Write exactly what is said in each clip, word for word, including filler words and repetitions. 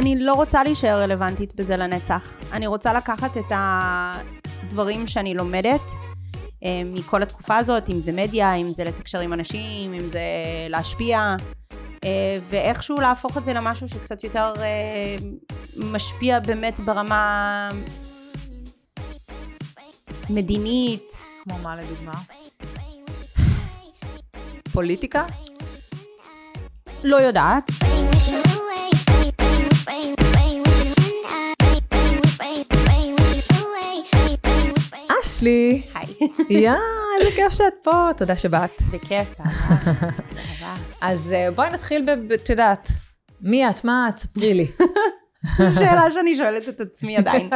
אני לא רוצה להישאר רלוונטית בזה לנצח. אני רוצה לקחת את הדברים שאני לומדת מכל התקופה הזאת, אם זה מדיה, אם זה לתקשר עם אנשים, אם זה להשפיע, ואיכשהו להפוך את זה למשהו שקצת יותר משפיע באמת ברמה מדינית. כמו מה לדוגמה? פוליטיקה? לא יודעת. אשלי. היי. יא, איזה כיף שאת פה, תודה שבאת. בכיף. אז בואי נתחיל, את יודעת, מי את, מה את, ספרי לי. זו שאלה שאני שואלת את עצמי עדיין.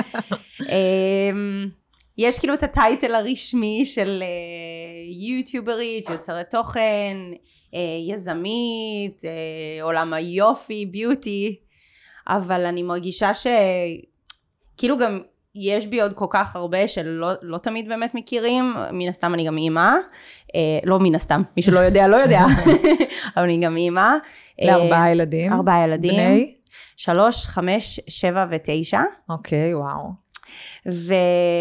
יש כאילו את הטייטל הרשמי של יוטיוברית, יוצרת תוכן, יזמית, עולם היופי, ביוטי, אבל אני מרגישה שכאילו גם יש בי עוד כל כך הרבה שלא לא תמיד באמת מכירים. מן הסתם אני גם אימא, לא מן הסתם, מי שלא יודע לא יודע, אבל אני גם אימא. לארבעה ילדים. ארבעה ילדים. בני? שלוש, חמש, שבע ותשע. אוקיי, וואו. ו...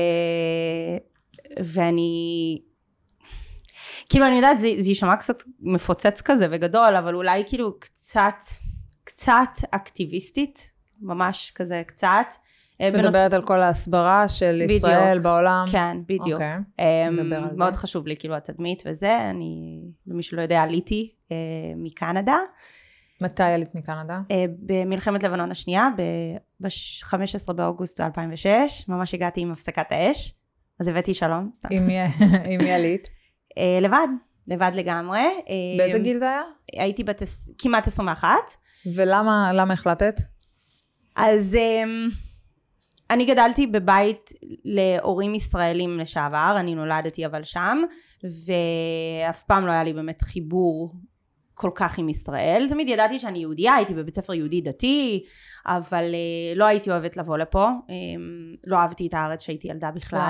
ואני... כאילו אני יודעת, זה, זה יישמע קצת מפוצץ כזה וגדול, אבל אולי כאילו קצת, קצת אקטיביסטית, ממש כזה קצת. מדברת בנוס... על כל ההסברה של בדיוק. ישראל בעולם. כן, בדיוק. Okay. נדבר על מאוד זה. חשוב לי כאילו התדמית וזה, אני, למי שלא יודע, עליתי אה, מקנדה. מתי עלית מקנדה? אה, במלחמת לבנון השנייה, ב-חמישה עשר באוגוסט אלפיים ושש, ממש הגעתי עם הפסקת האש, אז הבאתי שלום. עם מי, עם מי עלית? אה, לבד, לבד לגמרי. באיזה גיל זה היה? הייתי בת כמעט עשרים ואחת. ולמה למה החלטת? אז אני גדלתי בבית להורים ישראלים לשעבר, אני נולדתי אבל שם, ואף פעם לא היה לי באמת חיבור כל כך עם ישראל. תמיד ידעתי שאני יהודייה, הייתי בבית ספר יהודי דתי, אבל לא הייתי אוהבת לבוא לפה, לא אהבתי את הארץ שהייתי ילדה בכלל.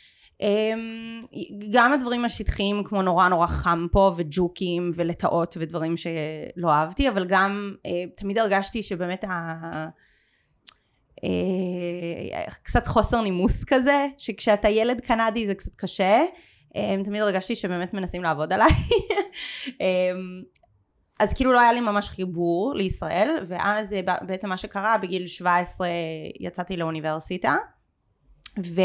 גם הדברים השטחיים כמו נורא נורא חם פה וג'וקים ולטאות ודברים שלא אהבתי, אבל גם תמיד הרגשתי שבאמת ה... קצת חוסר נימוס כזה, שכשאתה ילד קנדי זה קצת קשה, תמיד הרגשתי שבאמת מנסים לעבוד עליי. אז כאילו לא היה לי ממש חיבור לישראל, ואז בעצם מה שקרה, בגיל שבע עשרה יצאתי לאוניברסיטה, ו...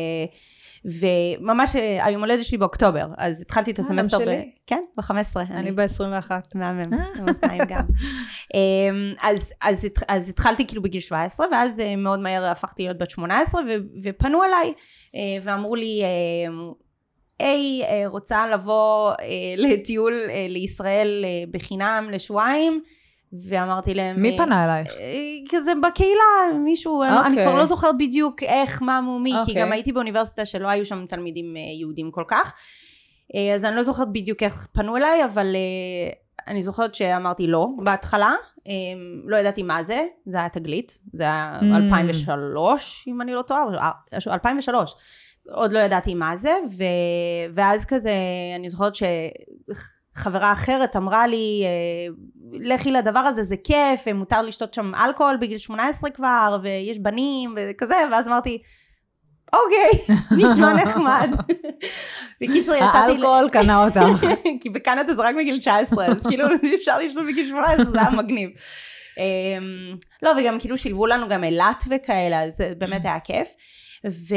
וממש היום הולדת שלי באוקטובר, אז התחלתי את הסמסטר, ב... כן, ב-חמש עשרה. אני ב-עשרים ואחת. מהמם, מסתיים גם. אז, אז, אז התחלתי כאילו בגיל שבע עשרה, ואז מאוד מהר הפכתי להיות בת שמונה עשרה, ו... ופנו אליי, ואמרו לי, היי, רוצה לבוא לטיול לישראל בחינם לשבועיים, ואמרתי להם... מי פנה אלייך? כזה בקהילה, מישהו, okay. אני כבר לא זוכרת בדיוק איך, מה מומי, okay. כי גם הייתי באוניברסיטה שלא היו שם תלמידים יהודים כל כך, אז אני לא זוכרת בדיוק איך פנו אליי, אבל אני זוכרת שאמרתי לא, בהתחלה, לא ידעתי מה זה, זה היה תגלית, זה היה mm. אלפיים ושלוש, אם אני לא טועה, אלפיים ושלוש, עוד לא ידעתי מה זה, ו... ואז כזה, אני זוכרת ש... חברה אחרת אמרה לי, לכי לדבר הזה, זה כיף, מותר לשתות שם אלכוהול בגיל שמונה עשרה כבר, ויש בנים וכזה, ואז אמרתי, אוקיי, נשמע נחמד. בקיצור, יצאתי... האלכוהול קנה אותך. כי בקנדה זה רק בגיל תשע עשרה, אז כאילו אפשר לשתות בגיל שמונה עשרה, זה היה מגניב. לא, וגם כאילו שילבו לנו גם אילת וכאלה, אז זה באמת היה כיף. ו...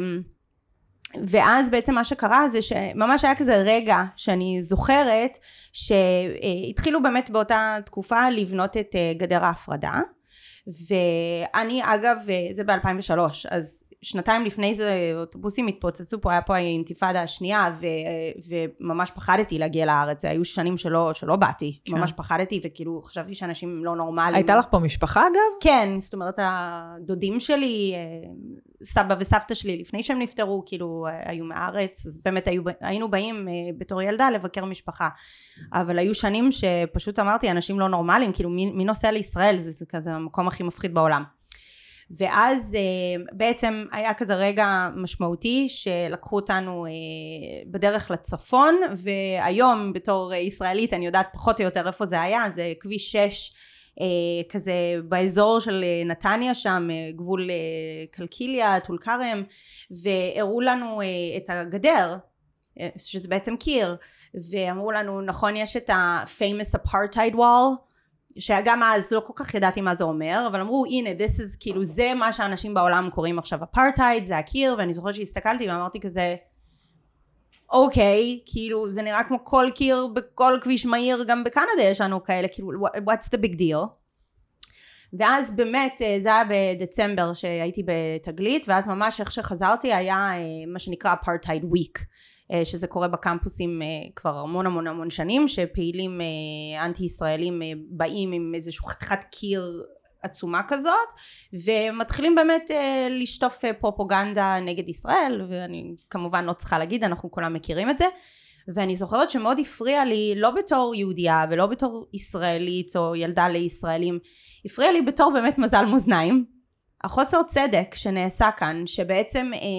ואז בעצם מה שקרה זה שממש היה כזה רגע שאני זוכרת שהתחילו באמת באותה תקופה לבנות את גדר ההפרדה, ואני אגב, זה ב-אלפיים ושלוש, אז שנתיים לפני זה אוטובוסים התפוצצו פה, היה פה האינתיפאדה השנייה, ו, וממש פחדתי להגיע לארץ, היו שנים שלא, שלא באתי, כן. ממש פחדתי, וכאילו חשבתי שאנשים לא נורמליים. הייתה לך פה משפחה אגב? כן, זאת אומרת הדודים שלי, סבא וסבתא שלי לפני שהם נפטרו, כאילו היו מארץ, אז באמת היו, היינו באים בתור ילדה לבקר משפחה, אבל היו שנים שפשוט אמרתי, אנשים לא נורמליים, כאילו מי, מי נוסע לישראל, זה, זה כזה המקום הכי מפחיד בעולם. ואז בעצם היה כזה רגע משמעותי שלקחו אותנו בדרך לצפון, והיום בתור ישראלית אני יודעת פחות או יותר איפה זה היה, זה כביש שש כזה באזור של נתניה שם, גבול קלקיליה, טול כרם, והראו לנו את הגדר, שזה בעצם קיר, ואמרו לנו, נכון, יש את ה-famous apartheid wall, שגם אז לא כל כך ידעתי מה זה אומר, אבל אמרו, הנה, this is, כאילו, זה מה שאנשים בעולם קוראים עכשיו אפרטהייד, זה הקיר, ואני זוכרת שהסתכלתי ואמרתי כזה, אוקיי, כאילו, זה נראה כמו כל קיר בכל כביש מהיר, גם בקנדה יש לנו כאלה, כאילו, what's the big deal? ואז באמת, זה היה בדצמבר שהייתי בתגלית, ואז ממש איך שחזרתי היה מה שנקרא אפרטהייד וויק, שזה קורה בקמפוסים כבר המון המון המון שנים, שפעילים אנטי ישראלים באים עם איזשהו חתיכת קיר עצומה כזאת, ומתחילים באמת לשטוף פרופוגנדה נגד ישראל, ואני כמובן לא צריכה להגיד, אנחנו כולם מכירים את זה, ואני זוכרת שמאוד הפריע לי, לא בתור יהודייה ולא בתור ישראלית או ילדה לישראלים, הפריע לי בתור באמת מזל מאזניים, החוסר צדק שנעשה כאן, שבעצם אה,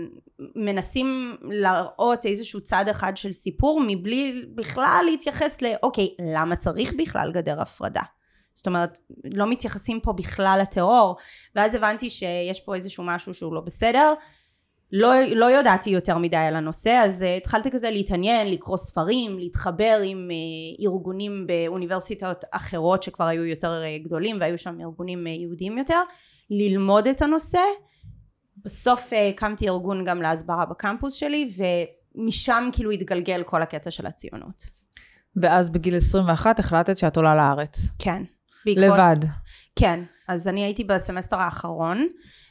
מנסים להראות איזשהו צד אחד של סיפור, מבלי בכלל להתייחס לאוקיי, למה צריך בכלל גדר הפרדה? זאת אומרת, לא מתייחסים פה בכלל לטרור, ואז הבנתי שיש פה איזשהו משהו שהוא לא בסדר, לא, לא ידעתי יותר מדי על הנושא, אז uh, התחלתי כזה להתעניין, לקרוא ספרים, להתחבר עם uh, ארגונים באוניברסיטאות אחרות שכבר היו יותר uh, גדולים, והיו שם ארגונים uh, יהודיים יותר, ללמוד את הנושא. בסוף uh, קמתי ארגון גם להסברה בקמפוס שלי, ומשם כאילו התגלגל כל הקטע של הציונות. ואז בגיל עשרים ואחת החלטת שאת עולה לארץ. כן. בעקבות... לבד. כן. אז אני הייתי בסמסטר האחרון,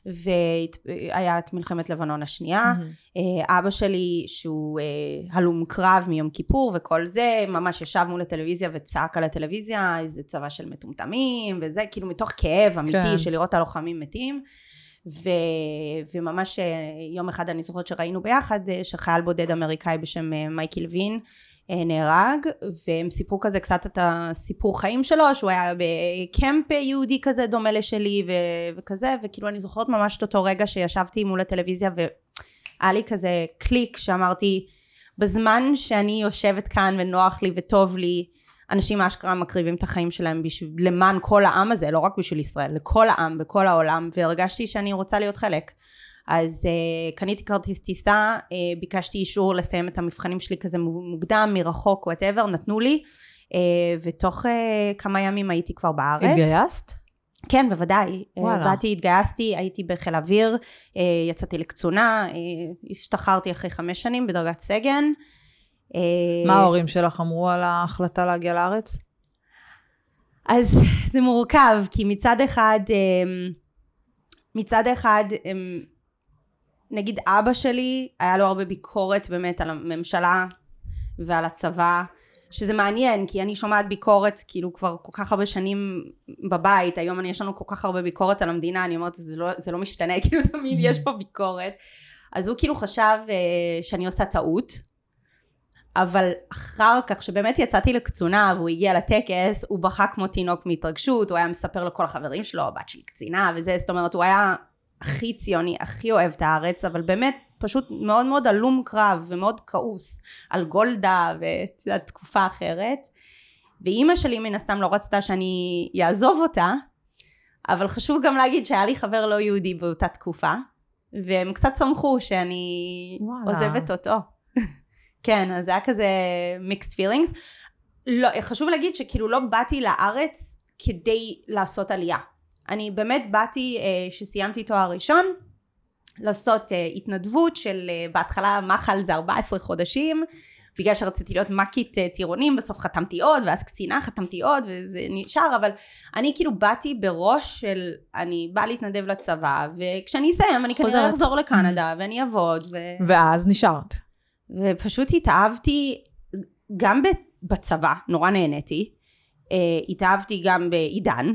והיה את מלחמת לבנון השנייה. Mm-hmm. אבא שלי, שהוא הלום קרב מיום כיפור וכל זה, ממש ישב מול הטלוויזיה וצעק על הטלוויזיה, איזה צבא של מטומטמים, וזה כאילו מתוך כאב אמיתי כן. של לראות הלוחמים מתים. ו... וממש יום אחד אני זוכרת שראינו ביחד, שחייל בודד אמריקאי בשם מייקל וין, נהרג, והם סיפרו כזה קצת את הסיפור חיים שלו, שהוא היה בקמפ יהודי כזה דומה לשלי ו- וכזה, וכאילו אני זוכרת ממש את אותו רגע שישבתי מול הטלוויזיה, והיה לי כזה קליק שאמרתי, בזמן שאני יושבת כאן ונוח לי וטוב לי, אנשים אשכרה מקריבים את החיים שלהם בשביל, למען כל העם הזה, לא רק בשביל ישראל, לכל העם, בכל העולם, והרגשתי שאני רוצה להיות חלק. אז uh, קניתי כרטיס טיסה, uh, ביקשתי אישור לסיים את המבחנים שלי כזה מוקדם, מרחוק, whatever, נתנו לי, uh, ותוך uh, כמה ימים הייתי כבר בארץ. התגייסת? כן, בוודאי. וואלה. באתי, התגייסתי, הייתי בחיל אוויר, uh, יצאתי לקצונה, uh, השתחררתי אחרי חמש שנים בדרגת סגן. Uh, מה ההורים שלך אמרו על ההחלטה להגיע לארץ? אז זה מורכב, כי מצד אחד, uh, מצד אחד, um, נגיד אבא שלי, היה לו הרבה ביקורת באמת על הממשלה ועל הצבא, שזה מעניין, כי אני שומעת ביקורת, כאילו כבר כל כך הרבה שנים בבית, היום אני, יש לנו כל כך הרבה ביקורת על המדינה, אני אומרת, זה לא, זה לא משתנה, כאילו תמיד יש פה ביקורת. אז הוא כאילו חשב uh, שאני עושה טעות, אבל אחר כך, שבאמת יצאתי לקצונה, והוא הגיע לטקס, הוא בכה כמו תינוק מהתרגשות, הוא היה מספר לכל החברים שלו, הבת שלי קצינה וזה, זאת אומרת, הוא היה הכי ציוני, הכי אוהב את הארץ, אבל באמת פשוט מאוד מאוד הלום קרב, ומאוד כעוס על גולדה, ותקופה אחרת. ואימא שלי מן הסתם לא רצתה שאני יעזוב אותה, אבל חשוב גם להגיד שהיה לי חבר לא יהודי באותה תקופה, והם קצת שמחו שאני וואלה. עוזבת אותו. כן, אז זה היה כזה mixed feelings. לא, חשוב להגיד שכאילו לא באתי לארץ כדי לעשות עלייה. אני באמת באתי, שסיימתי תואר ראשון, לעשות התנדבות של בהתחלה מחל זה ארבעה עשר חודשים, בגלל שרציתי להיות מקית טירונים, בסוף חתמתי עוד, ואז קצינה חתמתי עוד, וזה נשאר, אבל אני כאילו באתי בראש של, אני באה להתנדב לצבא, וכשאני אסיים, אני כנראה אחזור לקנדה, ואני אעבוד. ו... ואז נשארת. ופשוט התאהבתי, גם בצבא, נורא נהניתי, התאהבתי גם בעידן,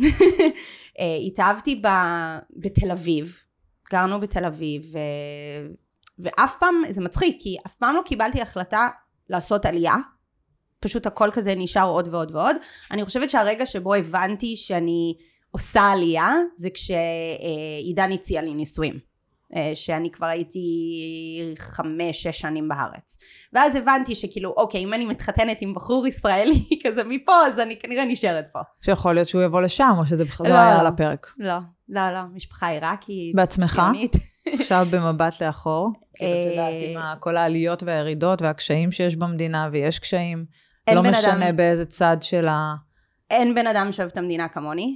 התאהבתי בתל אביב, גרנו בתל אביב, ו... ואף פעם, זה מצחיק, כי אף פעם לא קיבלתי החלטה לעשות עלייה, פשוט הכל כזה נשאר עוד ועוד ועוד. אני חושבת שהרגע שבו הבנתי שאני עושה עלייה, זה כשעידן הציע לי נישואים. שאני כבר הייתי חמש, שש שנים בארץ. ואז הבנתי שכאילו, אוקיי, אם אני מתחתנת עם בחור ישראלי כזה מפה, אז אני כנראה נשארת פה. שיכול להיות שהוא יבוא לשם, או שזה בכלל לא היה על הפרק. לא, לא, לא, משפחה עיראקית. בעצמך? עכשיו במבט לאחור. כאילו, את יודעת, עם כל העליות והירידות והקשיים שיש במדינה, ויש קשיים. לא משנה באיזה צד של ה... אין בן אדם שאוהב את המדינה כמוני.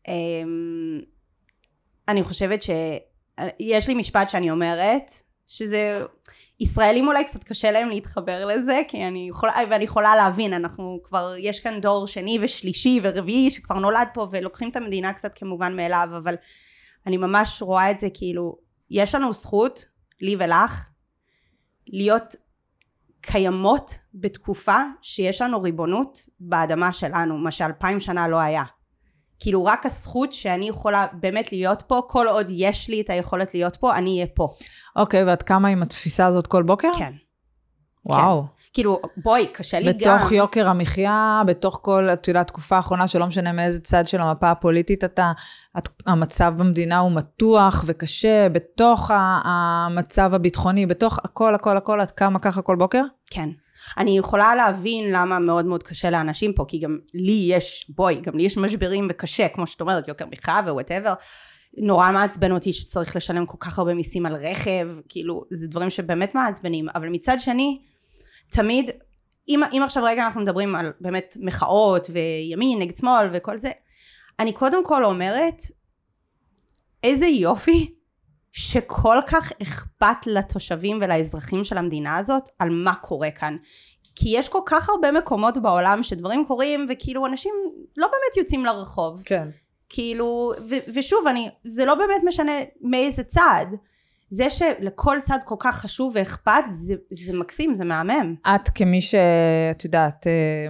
אני חושבת שיש לי משפט שאני אומרת, שזה, ישראלים אולי קצת קשה להם להתחבר לזה, כי אני יכולה, ואני יכולה להבין, אנחנו כבר, יש כאן דור שני ושלישי ורביעי, שכבר נולד פה, ולוקחים את המדינה קצת כמובן מאליו, אבל אני ממש רואה את זה כאילו, יש לנו זכות, לי ולך, להיות קיימות בתקופה שיש לנו ריבונות באדמה שלנו, מה שאלפיים שנה לא היה. כאילו רק הזכות שאני יכולה באמת להיות פה, כל עוד יש לי את היכולת להיות פה, אני אהיה פה. אוקיי, ואת קמה עם התפיסה הזאת כל בוקר? כן. וואו. כן. כאילו, בואי, קשה לי בתוך גם. בתוך יוקר המחיה, בתוך כל, את יודעת, תקופה האחרונה, שלא משנה מאיזה צד של המפה הפוליטית, אתה, את, המצב במדינה הוא מתוח וקשה, בתוך המצב הביטחוני, בתוך הכל, הכל, הכל, את קמה ככה כל בוקר? כן. אני יכולה להבין למה מאוד מאוד קשה לאנשים פה, כי גם לי יש, בואי, גם לי יש משברים וקשה, כמו שאת אומרת, יוקר מחיה ווואטאבר, נורא מעצבן אותי שצריך לשלם כל כך הרבה מיסים על רכב, כאילו, זה דברים שבאמת מעצבנים, אבל מצד שני, תמיד, אם, אם עכשיו רגע אנחנו מדברים על באמת מחאות וימין נגד שמאל וכל זה, אני קודם כל אומרת, איזה יופי שכל כך אכפת לתושבים ולאזרחים של המדינה הזאת על מה קורה כאן. כי יש כל כך הרבה מקומות בעולם שדברים קורים וכאילו אנשים לא באמת יוצאים לרחוב. כן. כאילו, ו- ושוב, אני, זה לא באמת משנה מאיזה צד. זה שלכל צד כל כך חשוב ואכפת, זה, זה מקסים, זה מהמם. את כמי שאת יודעת,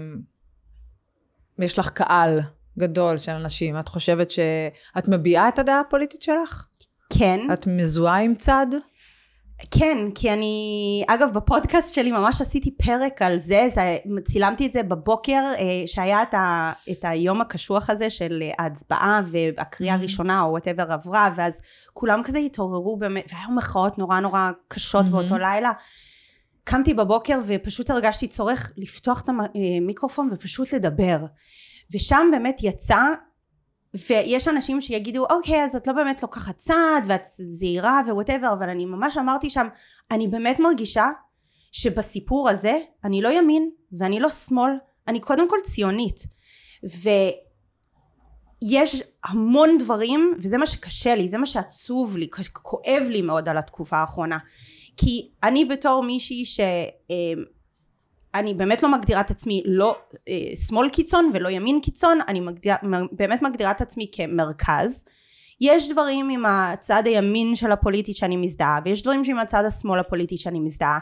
יש לך קהל גדול של אנשים, את חושבת שאת מביעה את הדעה הפוליטית שלך? כן. את מזוהה עם צד? כן, כי אני, אגב, בפודקאסט שלי ממש עשיתי פרק על זה, זה צילמתי את זה בבוקר, שהיה את, ה, את היום הקשוח הזה של ההצבעה והקריאה הראשונה, או whatever עברה, ואז כולם כזה התעוררו, באמת, והיו מחאות נורא נורא קשות mm-hmm. באותו לילה. קמתי בבוקר ופשוט הרגשתי צורך לפתוח את המיקרופון ופשוט לדבר. ושם באמת יצא, ויש אנשים שיגידו, אוקיי, אז את לא באמת לוקחת צעד, ואת זהירה ווואטאבר, אבל אני ממש אמרתי שם, אני באמת מרגישה שבסיפור הזה, אני לא ימין, ואני לא שמאל, אני קודם כל ציונית. ויש המון דברים, וזה מה שקשה לי, זה מה שעצוב לי, כואב לי מאוד על התקופה האחרונה. כי אני בתור מישהי ש... אני באמת לא מגדירה את עצמי לא אה, שמאל קיצון ולא ימין קיצון, אני מגדיר, באמת מגדירה את עצמי כמרכז. יש דברים עם הצד הימין של הפוליטית שאני מזדהה, ויש דברים עם הצד השמאל הפוליטית שאני מזדהה,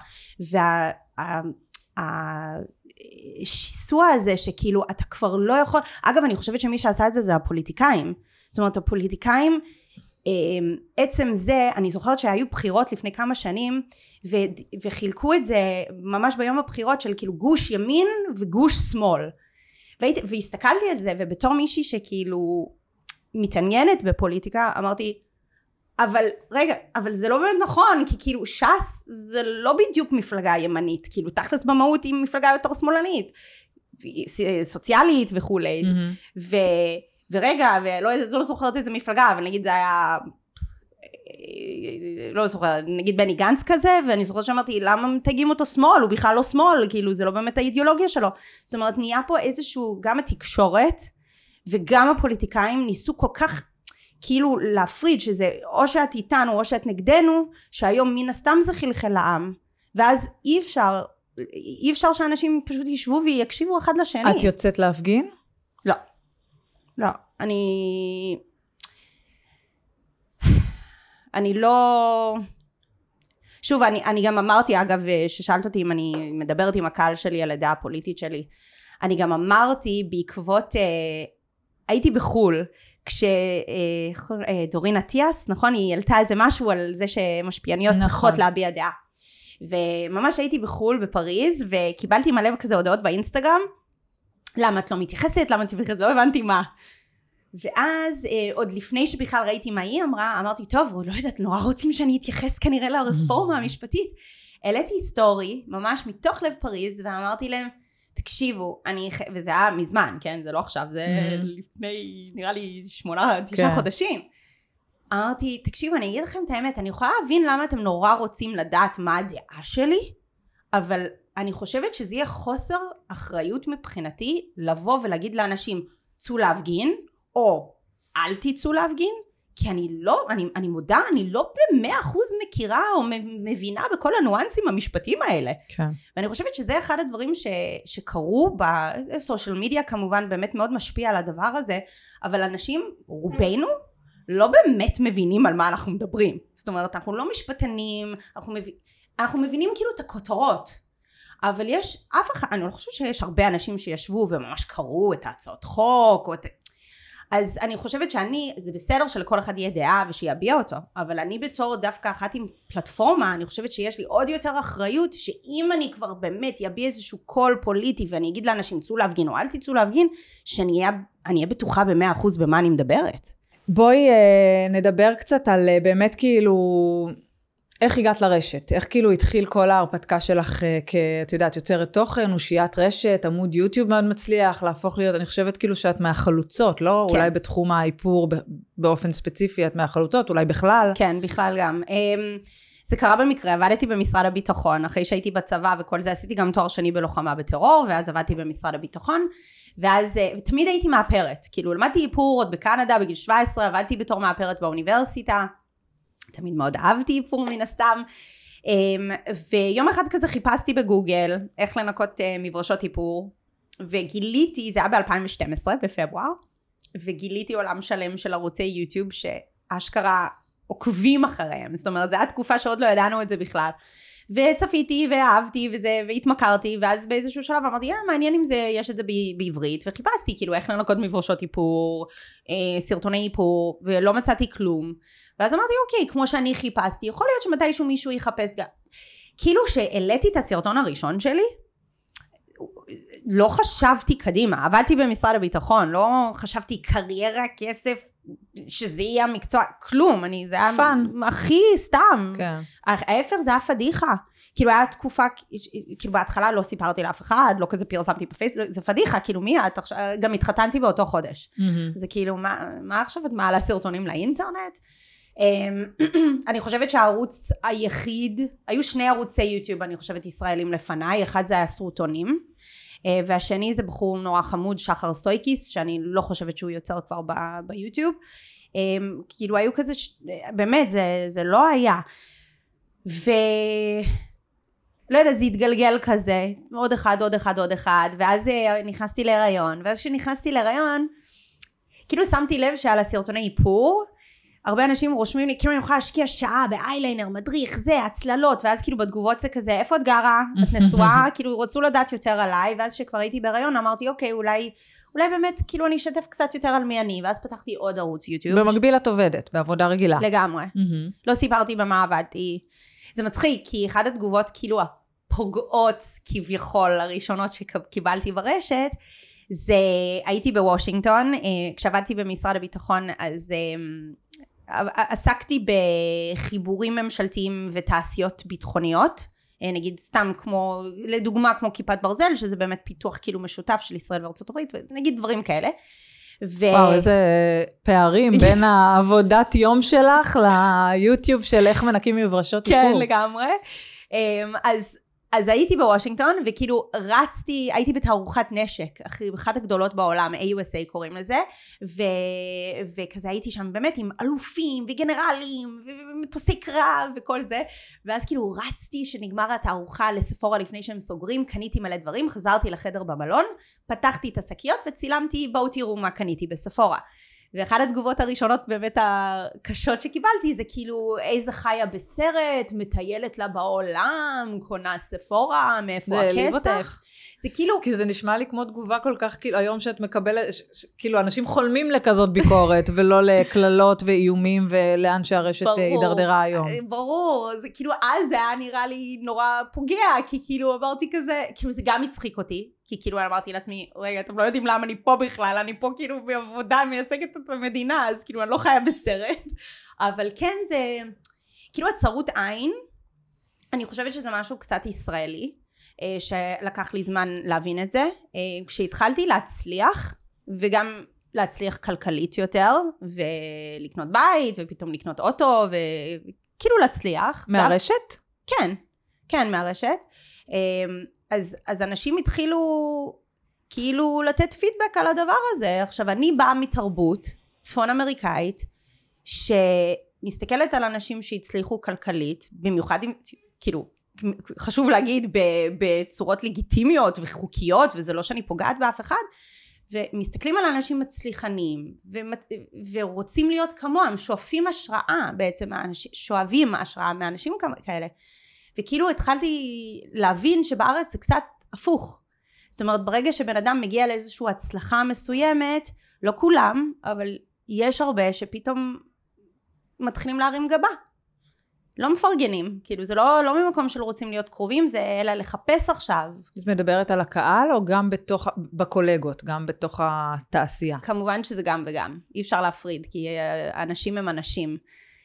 והשיסוע הזה שכאילו אתה כבר לא יכול, אגב אני חושבת שמי שעשה את זה זה הפוליטיקאים, זאת אומרת הפוליטיקאים, עצם זה, אני זוכרת שהיו בחירות לפני כמה שנים, ו, וחילקו את זה ממש ביום הבחירות של כאילו גוש ימין וגוש שמאל. והייתי, והסתכלתי על זה, ובתור מישהי שכאילו מתעניינת בפוליטיקה, אמרתי, אבל רגע, אבל זה לא באמת נכון, כי כאילו ש"ס זה לא בדיוק מפלגה ימנית, כאילו תכלס במהות היא מפלגה יותר שמאלנית, סוציאלית וכולי. Mm-hmm. ו... ורגע, ולא לא זוכרת איזה מפלגה, אבל נגיד זה היה, לא זוכרת, נגיד בני גנץ כזה, ואני זוכרת שאמרתי, למה מתגים אותו שמאל? הוא בכלל לא שמאל, כאילו זה לא באמת האידיאולוגיה שלו. זאת אומרת, נהיה פה איזשהו, גם התקשורת, וגם הפוליטיקאים ניסו כל כך, כאילו להפריד, שזה או שאת איתנו, או שאת נגדנו, שהיום מן הסתם זה חלחל לעם, ואז אי אפשר, אי אפשר שאנשים פשוט ישבו ויקשיבו אחד לשני. את יוצאת להפגין? לא. לא, אני, אני לא, שוב, אני, אני גם אמרתי, אגב, ששאלת אותי אם אני מדברת עם הקהל שלי על הדעה הפוליטית שלי, אני גם אמרתי בעקבות, אה, הייתי בחול, כשדורין אטיאס, נכון, היא העלתה איזה משהו על זה שמשפיעניות נכון. צריכות להביע דעה, וממש הייתי בחול בפריז, וקיבלתי מלא כזה הודעות באינסטגרם, למה את לא מתייחסת? למה את מתייחסת? לא הבנתי מה. ואז עוד לפני שבכלל ראיתי מה היא אמרה, אמרתי טוב, לא יודעת, נורא רוצים שאני אתייחס כנראה לרפורמה המשפטית. העליתי סטורי ממש מתוך לב פריז ואמרתי להם, תקשיבו, אני, וזה היה מזמן, כן, זה לא עכשיו, זה לפני נראה לי שמונה, תשעה חודשים. אמרתי, תקשיבו, אני אגיד לכם את האמת, אני יכולה להבין למה אתם נורא רוצים לדעת מה הדעה שלי, אבל אני חושבת שזה יהיה חוסר אחריות מבחינתי לבוא ולהגיד לאנשים, צאו להפגין, או אל תצאו להפגין, כי אני לא, אני, אני מודה, אני לא במאה אחוז מכירה או מבינה בכל הניואנסים המשפטיים האלה. כן. ואני חושבת שזה אחד הדברים ש, שקרו בסושיאל מדיה, כמובן באמת מאוד משפיע על הדבר הזה, אבל אנשים, רובנו, לא באמת מבינים על מה אנחנו מדברים. זאת אומרת, אנחנו לא משפטנים, אנחנו, מב... אנחנו מבינים כאילו את הכותרות, אבל יש אף אחד, אני לא חושבת שיש הרבה אנשים שישבו וממש קראו את ההצעות חוק, או את... אז אני חושבת שאני, זה בסדר שלכל אחד יהיה דעה ושיביע אותו, אבל אני בתור דווקא אחת עם פלטפורמה, אני חושבת שיש לי עוד יותר אחריות, שאם אני כבר באמת יביע איזשהו קול פוליטי, ואני אגיד לאנשים, צאו להפגין או אל תצאו להפגין, שאני אהיה בטוחה במאה אחוז במה אני מדברת. בואי אה, נדבר קצת על אה, באמת כאילו, איך הגעת לרשת? איך כאילו התחיל כל ההרפתקה שלך אה, כאת יודעת, יוצרת תוכן, אושיית רשת, עמוד יוטיוב מאוד מצליח, להפוך להיות, אני חושבת כאילו שאת מהחלוצות, לא? כן. אולי בתחום האיפור באופן ספציפי, את מהחלוצות, אולי בכלל? כן, בכלל גם. זה קרה במקרה, עבדתי במשרד הביטחון, אחרי שהייתי בצבא וכל זה, עשיתי גם תואר שני בלוחמה בטרור, ואז עבדתי במשרד הביטחון, ואז, ותמיד הייתי מאפרת, כאילו, למדתי איפור עוד בקנדה, בגיל שבע עשרה, עבדתי בתור מאפרת באוניברסיטה, תמיד מאוד אהבתי איפור מן הסתם, ויום אחד כזה חיפשתי בגוגל, איך לנקות מברשות איפור, וגיליתי, זה היה ב-אלפיים ושתים עשרה, בפברואר, וגיליתי עולם שלם של ערוצי יוטיוב, שאשכרה עוקבים אחריהם, זאת אומרת, זו הייתה תקופה שעוד לא ידענו את זה בכלל, וצפיתי ואהבתי וזה, והתמכרתי, ואז באיזשהו שלב אמרתי, אה, מעניין אם זה, יש את זה בעברית, וחיפשתי, כאילו, איך לנקות מברשות איפור, אה, סרטוני איפור, ולא מצאתי כלום, ואז אמרתי, אוקיי, כמו שאני חיפשתי, יכול להיות שמתישהו מישהו יחפש גם, כאילו שהעליתי את הסרטון הראשון שלי, לא חשבתי קדימה, עבדתי במשרד הביטחון, לא חשבתי קריירה, כסף, שזה יהיה המקצוע, כלום, אני, זה היה פן. הכי סתם. כן. ההפך זה היה פדיחה. כאילו היה תקופה, כאילו בהתחלה לא סיפרתי לאף אחד, לא כזה פרסמתי בפייסבוק, זה פדיחה, כאילו מי את? גם התחתנתי באותו חודש. Mm-hmm. זה כאילו, מה, מה עכשיו את מעלה סרטונים לאינטרנט? אני חושבת שהערוץ היחיד, היו שני ערוצי יוטיוב, אני חושבת ישראלים לפניי, אחד זה היה סרטונים, והשני זה בחור נורא חמוד, שחר סויקיס, שאני לא חושבת שהוא יוצר כבר ב- ביוטיוב, כאילו היו כזה, באמת זה, זה לא היה, ולא יודעת, זה התגלגל כזה, עוד אחד, עוד אחד, עוד אחד, ואז נכנסתי להיריון, ואז כשנכנסתי להיריון, כאילו שמתי לב שעל הסרטוני איפור, הרבה אנשים רושמים לי, כאילו אני יכולה להשקיע שעה באייליינר, מדריך, זה, הצללות, ואז כאילו בתגובות זה כזה, איפה את גרה? את נשואה? כאילו רצו לדעת יותר עליי, ואז שכבר הייתי בהיריון, אמרתי, אוקיי, אולי, אולי באמת, כאילו אני אשתף קצת יותר על מי אני, ואז פתחתי עוד ערוץ יוטיוב. במקביל את עובדת, בעבודה רגילה. לגמרי. לא סיפרתי במה עבדתי. זה מצחיק, כי אחד התגובות, כאילו הפוגעות כביכול, הראשונות שקיבלתי ברשת, זה, הייתי בוושינגטון, כשעבדתי במשרד הביטחון, אז עסקתי בחיבורים ממשלתיים ותעשיות ביטחוניות, נגיד סתם כמו, לדוגמה כמו כיפת ברזל, שזה באמת פיתוח כאילו משותף של ישראל וארצות הברית, נגיד דברים כאלה. ו... וואו, איזה פערים בין העבודת יום שלך ליוטיוב של איך מנקים מברשות איפור. כן, לגמרי. אז... אז הייתי בוושינגטון, וכאילו רצתי, הייתי בתערוכת נשק, אחת הגדולות בעולם, איי יו אס איי קוראים לזה, ו, וכזה הייתי שם באמת עם אלופים וגנרלים, ומטוסי קרב וכל זה, ואז כאילו רצתי שנגמר התערוכה לספורה לפני שהם סוגרים, קניתי מלא דברים, חזרתי לחדר במלון, פתחתי את השקיות וצילמתי, בואו תראו מה קניתי בספורה. ואחת התגובות הראשונות באמת הקשות שקיבלתי זה כאילו איזה חיה בסרט, מטיילת לה בעולם, קונה ספורה, מאיפה הכסף. זה כאילו... כי זה נשמע לי כמו תגובה כל כך, כאילו היום שאת מקבלת, ש, ש, כאילו אנשים חולמים לכזאת ביקורת, ולא לכללות ואיומים, ולאן שהרשת הידרדרה היום. ברור, זה כאילו אז זה היה נראה לי נורא פוגע, כי כאילו אמרתי כזה, כאילו זה גם הצחיק אותי, כי כאילו אמרתי לעצמי, רגע, אתם לא יודעים למה אני פה בכלל, אני פה כאילו בעבודה, מייצגת את המדינה, אז כאילו אני לא חיה בסרט. אבל כן זה, כאילו הצרות עין, אני חושבת שזה משהו קצת ישראלי, שלקח לי זמן להבין את זה. כשהתחלתי להצליח, וגם להצליח כלכלית יותר, ולקנות בית, ופתאום לקנות אוטו, וכאילו להצליח. מהרשת? כן, כן, מהרשת. אז, אז אנשים התחילו כאילו לתת פידבק על הדבר הזה. עכשיו, אני באה מתרבות צפון אמריקאית, שמסתכלת על אנשים שהצליחו כלכלית, במיוחד עם, כאילו, חשוב להגיד, בצורות לגיטימיות וחוקיות, וזה לא שאני פוגעת באף אחד, ומסתכלים על אנשים מצליחניים, ורוצים להיות כמוהם, שואפים השראה בעצם, שואבים השראה מאנשים כאלה. וכאילו התחלתי להבין שבארץ זה קצת הפוך. זאת אומרת, ברגע שבן אדם מגיע לאיזושהי הצלחה מסוימת, לא כולם, אבל יש הרבה שפתאום מתחילים להרים גבה. לא מפרגנים, כאילו זה לא, לא ממקום של רוצים להיות קרובים, זה אלא לחפש עכשיו. את מדברת על הקהל או גם בתוך, בקולגות, גם בתוך התעשייה? כמובן שזה גם וגם, אי אפשר להפריד, כי אנשים הם אנשים.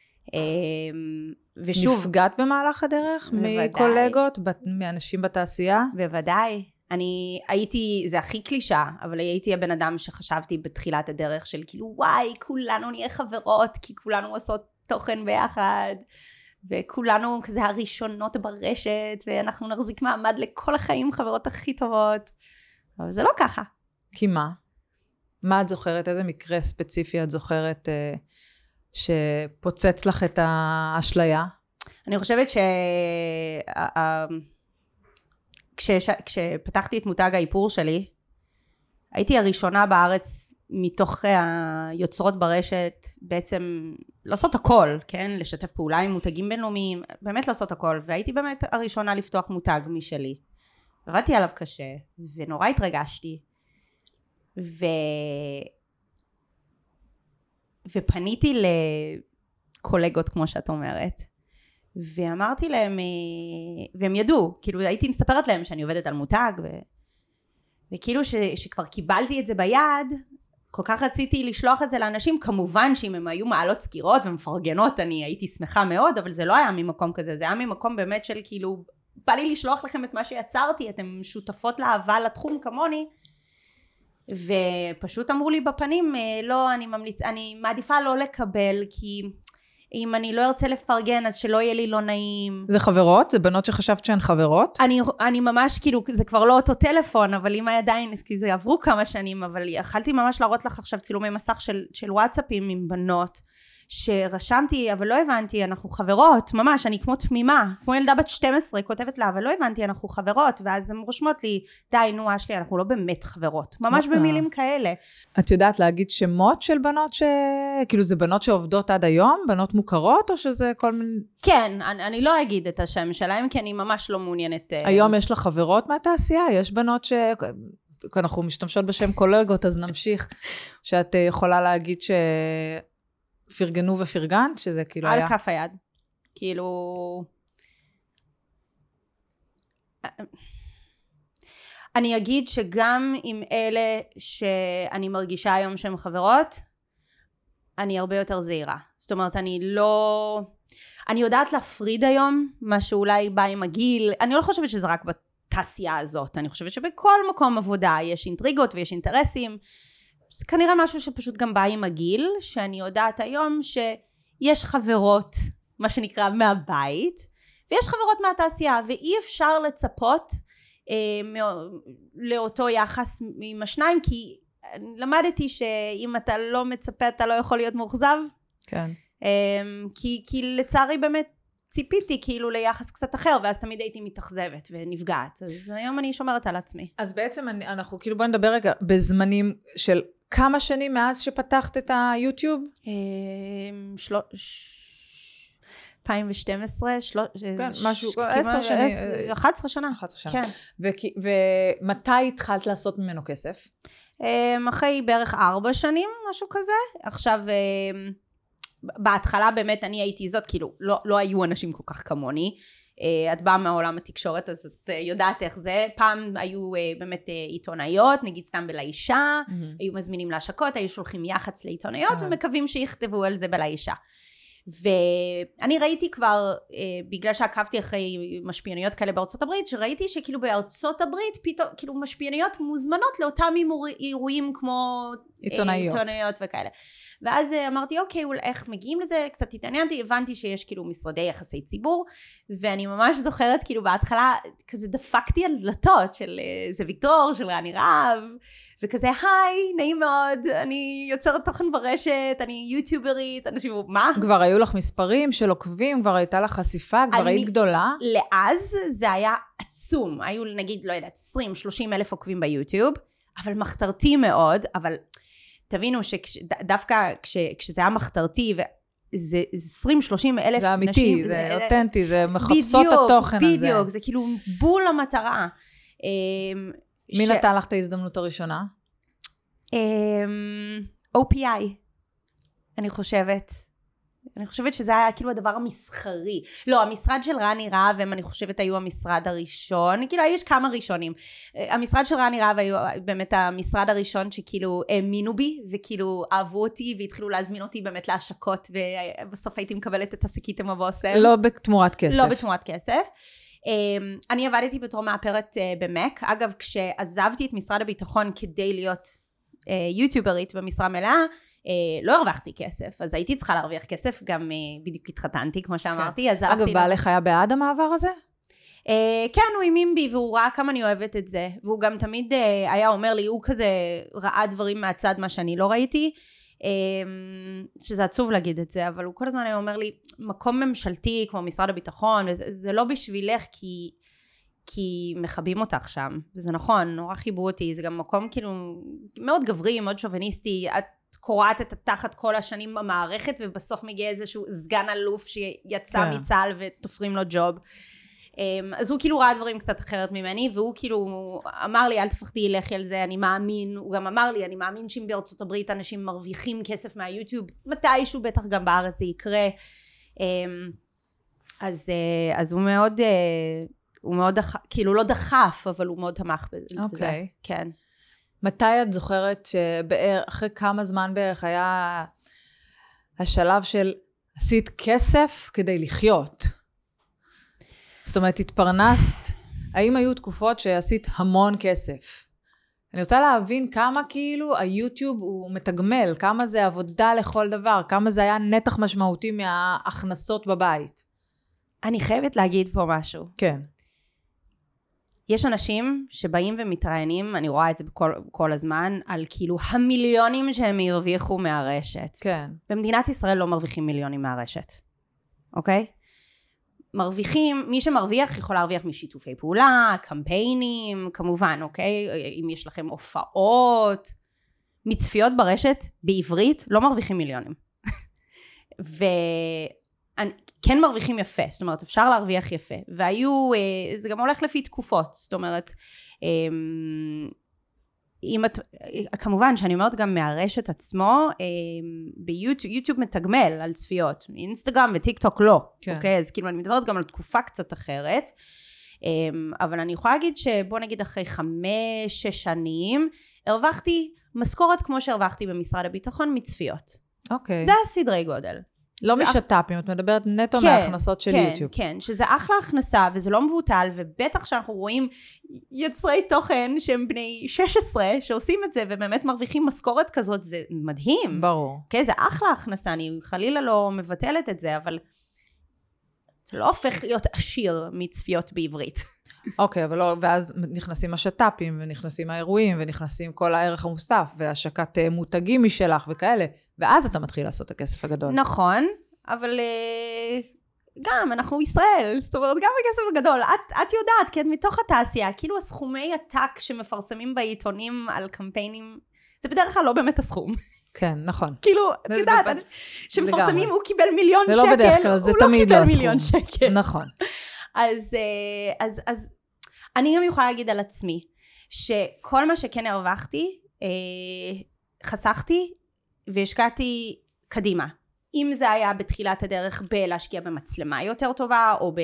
ושוב, נפגעת במהלך הדרך בוודאי. מקולגות, מאנשים בתעשייה? בוודאי. אני הייתי, זה הכי קלישה, אבל הייתי הבן אדם שחשבתי בתחילת הדרך של כאילו, וואי, כולנו נהיה חברות, כי כולנו עושות תוכן ביחד. וכולנו כזה הראשונות ברשת, ואנחנו נחזיק מעמד לכל החיים חברות הכי טובות. אבל זה לא ככה. כי מה? מה את זוכרת? איזה מקרה ספציפי את זוכרת אה, שפוצץ לך את האשליה? אני חושבת ש... אה, כש... כשפתחתי את מותג האיפור שלי, הייתי הראשונה בארץ מתוך היוצרות ברשת, בעצם לעשות הכל, כן? לשתף פעולה עם מותגים בינלאומיים, באמת לעשות הכל, והייתי באמת הראשונה לפתוח מותג משלי. עבדתי עליו קשה, ונורא התרגשתי, ו... ופניתי לקולגות, כמו שאת אומרת, ואמרתי להם, והם ידעו, כאילו הייתי מספרת להם שאני עובדת על מותג, ו... וכאילו ש... שכבר קיבלתי את זה ביד, כל כך רציתי לשלוח את זה לאנשים, כמובן שאם הם היו מעלות סגירות ומפרגנות, אני הייתי שמחה מאוד, אבל זה לא היה ממקום כזה, זה היה ממקום באמת של כאילו, בא לי לשלוח לכם את מה שיצרתי, אתם שותפות לאהבה לתחום כמוני, ופשוט אמרו לי בפנים, לא, אני ממליץ, אני מעדיפה לא לקבל, כי אם אני לא ארצה לפרגן, אז שלא יהיה לי לא נעים. זה חברות? זה בנות שחשבת שהן חברות? אני, אני ממש, כאילו, זה כבר לא אותו טלפון, אבל אם עדיין, כי זה עברו כמה שנים, אבל יכלתי ממש להראות לך עכשיו צילומי מסך של, של וואטסאפים עם בנות, שרשמתי, אבל לא הבנתי, אנחנו חברות, ממש, אני כמו תמימה, כמו ילדה בת שתים עשרה, כותבת לה, אבל לא הבנתי, אנחנו חברות, ואז הן רושמות לי, די, נו, אשלי, אנחנו לא באמת חברות, ממש במילים כאלה. את יודעת להגיד שמות של בנות ש... כאילו, זה בנות שעובדות עד היום, בנות מוכרות, או שזה כל מיני... כן, אני, אני לא אגיד את השם שלהם, כי אני ממש לא מעוניינת... היום יש לך חברות מהתעשייה? יש בנות ש... אנחנו משתמשות בשם קולגות, אז נמשיך, שאת יכולה להגיד ש... פרגנו ופרגנת, שזה כאילו על היה... על כף היד. כאילו... אני אגיד שגם עם אלה שאני מרגישה היום שהן חברות, אני הרבה יותר זהירה. זאת אומרת, אני לא... אני יודעת להפריד היום, מה שאולי בא עם הגיל. אני לא חושבת שזה רק בתעשייה הזאת. אני חושבת שבכל מקום עבודה יש אינטריגות ויש אינטרסים. זה כנראה משהו שפשוט גם בא עם הגיל, שאני יודעת היום שיש חברות, מה שנקרא מהבית, ויש חברות מהתעשייה, ואי אפשר לצפות אה, לאותו יחס עם השניים, כי למדתי שאם אתה לא מצפה, אתה לא יכול להיות מאוכזב. כן. אה, כי, כי לצערי באמת ציפיתי כאילו ליחס קצת אחר, ואז תמיד הייתי מתאכזבת ונפגעת. אז היום אני שומרת על עצמי. אז בעצם אנחנו כאילו בוא נדבר רגע בזמנים של כמה שנים מאז שפתחת את היוטיוב? אלפיים ושתים עשרה, משהו, עשר שנים. אחת עשרה שנה. אחת עשרה שנה. ומתי התחלת לעשות ממנו כסף? אחרי בערך ארבע שנים, משהו כזה. עכשיו, בהתחלה באמת אני הייתי זאת, כאילו, לא היו אנשים כל כך כמוני. את באה מעולם התקשורת, אז את יודעת איך זה. פעם היו באמת עיתונאיות, נגיד סתם בלאישה, mm-hmm. היו מזמינים להשקות, היו שולחים יח"צ לעיתונאיות, mm-hmm. ומקווים שיכתבו על זה בלאישה. ואני ראיתי כבר, בגלל שעקבתי אחרי משפיעניות כאלה בארצות הברית, שראיתי שכאילו בארצות הברית, פתאום, כאילו משפיעניות מוזמנות לאותם אירועים כמו עיתונאיות. עיתונאיות וכאלה. ואז אמרתי, אוקיי, איך מגיעים לזה? קצת התעניינתי, הבנתי שיש כאילו משרדי יחסי ציבור, ואני ממש זוכרת כאילו בהתחלה, כזה דפקתי על דלתות של זאביק דרור, של רני רהב, וכזה, היי, נעים מאוד, אני יוצרת תוכן ברשת, אני יוטיוברית, אנשים, מה? כבר היו לך מספרים של עוקבים, כבר הייתה לך חשיפה, כבר היית גדולה? לאז זה היה עצום, היו נגיד, לא יודעת, עשרים שלושים אלף עוקבים ביוטיוב, אבל מחתרתי מאוד, אבל תבינו שדווקא כש, כשזה היה מחתרתי, זה עשרים שלושים אלף נשים. זה אמיתי, זה אותנטי, זה מחפשות את התוכן הזה. בדיוק, זה כאילו בול המטרה. מי נתן לך את ההזדמנות הראשונה? או פי איי, אני חושבת. אני חושבת שזה היה כאילו הדבר המסחרי. לא, המשרד של רני רהב, הם אני חושבת היו המשרד הראשון. כאילו, יש כמה ראשונים. המשרד של רני רהב היו באמת המשרד הראשון שכאילו האמינו בי, וכאילו אהבו אותי, והתחילו להזמין אותי באמת להשקות, ובסוף הייתי מקבלת את השקית עם הבושם. לא בתמורת כסף. לא בתמורת כסף. אני עבדתי בתור מאפרת במק. אגב, כשעזבתי את משרד הביטחון כדי להיות יוטיוברית במשרה מלאה, לא הרווחתי כסף, אז הייתי צריכה להרוויח כסף, גם בדיוק התחתנתי, כמו שאמרתי. אגב, בעלך היה בעד המעבר הזה? כן, הוא אימים בי, והוא ראה כמה אני אוהבת את זה, והוא גם תמיד היה אומר לי, הוא כזה ראה דברים מהצד, מה שאני לא ראיתי, שזה עצוב להגיד את זה, אבל הוא כל הזמן היה אומר לי, מקום ממשלתי, כמו משרד הביטחון, זה לא בשבילך, כי... כי מחבים אותך שם, וזה נכון, נורא חיבו אותי, זה גם מקום כאילו מאוד גברי, מאוד שוביניסטי, את קוראת את התחת כל השנים במערכת, ובסוף מגיע איזשהו סגן אלוף שיצא yeah. מצה"ל ותופרים לו ג'וב. אז הוא כאילו ראה דברים קצת אחרת ממני, והוא כאילו אמר לי, אל תפחדי, לכי על זה, אני מאמין, הוא גם אמר לי, אני מאמין שאם בארצות הברית אנשים מרוויחים כסף מהיוטיוב, מתישהו בטח גם בארץ זה יקרה. אז, אז הוא מאוד... הוא מאוד, דח... כאילו לא דחף, אבל הוא מאוד תמך בזה. אוקיי. כן. מתי את זוכרת שאחרי כמה זמן בערך היה השלב של עשית כסף כדי לחיות? זאת אומרת, התפרנסת, האם היו תקופות שעשית המון כסף? אני רוצה להבין כמה כאילו היוטיוב הוא מתגמל, כמה זה עבודה לכל דבר, כמה זה היה נתח משמעותי מההכנסות בבית. אני חייבת להגיד פה משהו. כן. יש אנשים שבאים ומתראיינים, אני רואה את זה בכל, כל הזמן, על כאילו המיליונים שהם ירוויחו מהרשת. כן. במדינת ישראל לא מרוויחים מיליונים מהרשת. אוקיי? מרוויחים, מי שמרוויח יכול להרוויח משיתופי פעולה, קמפיינים, כמובן, אוקיי? אם יש לכם הופעות, מצפיות ברשת, בעברית, לא מרוויחים מיליונים. ו... כן מרוויחים יפה, זאת אומרת, אפשר להרוויח יפה, והיו, זה גם הולך לפי תקופות, זאת אומרת, אם את, כמובן שאני אומרת גם מהרשת עצמו, ביוטיוב, יוטיוב מתגמל על צפיות, אינסטגרם וטיק טוק לא, כן. אוקיי, אז כאילו אני מדברת גם על תקופה קצת אחרת, אבל אני יכולה להגיד שבוא נגיד אחרי חמש, שש שנים, הרווחתי משכורת כמו שהרווחתי במשרד הביטחון מצפיות. אוקיי. זה הסדרי גודל. לא משת"פים, את מדברת נטו כן, מההכנסות של כן, יוטיוב. כן, כן, שזה אחלה הכנסה, וזה לא מבוטל, ובטח שאנחנו רואים יצרי תוכן שהם בני שש עשרה, שעושים את זה, ובאמת מרוויחים משכורת כזאת, זה מדהים. ברור. כן, זה אחלה הכנסה, אני חלילה לא מבטלת את זה, אבל זה לא הופך להיות עשיר מצפיות בעברית. אוקיי, אבל לא, ואז נכנסים השת"פים, ונכנסים האירועים, ונכנסים כל הערך המוסף, והשקת מותגים משלך וכאלה, ואז אתה מתחיל לעשות את הכסף הגדול. נכון, אבל גם אנחנו ישראל, זאת אומרת, גם הכסף הגדול, את, את יודעת, כן, מתוך התעשייה, כאילו הסכומי עתק שמפרסמים בעיתונים על קמפיינים, זה בדרך כלל לא באמת הסכום. כן, נכון. כאילו, את יודעת, שמפרסמים, הוא קיבל מיליון שקל, הוא לא קיבל מיליון שקל. נכון. אז, אז, אז אני גם יכולה להגיד על עצמי, שכל מה שכן הרווחתי, חסכתי והשקעתי קדימה. אם זה היה בתחילת הדרך בלהשקיע במצלמה יותר טובה, או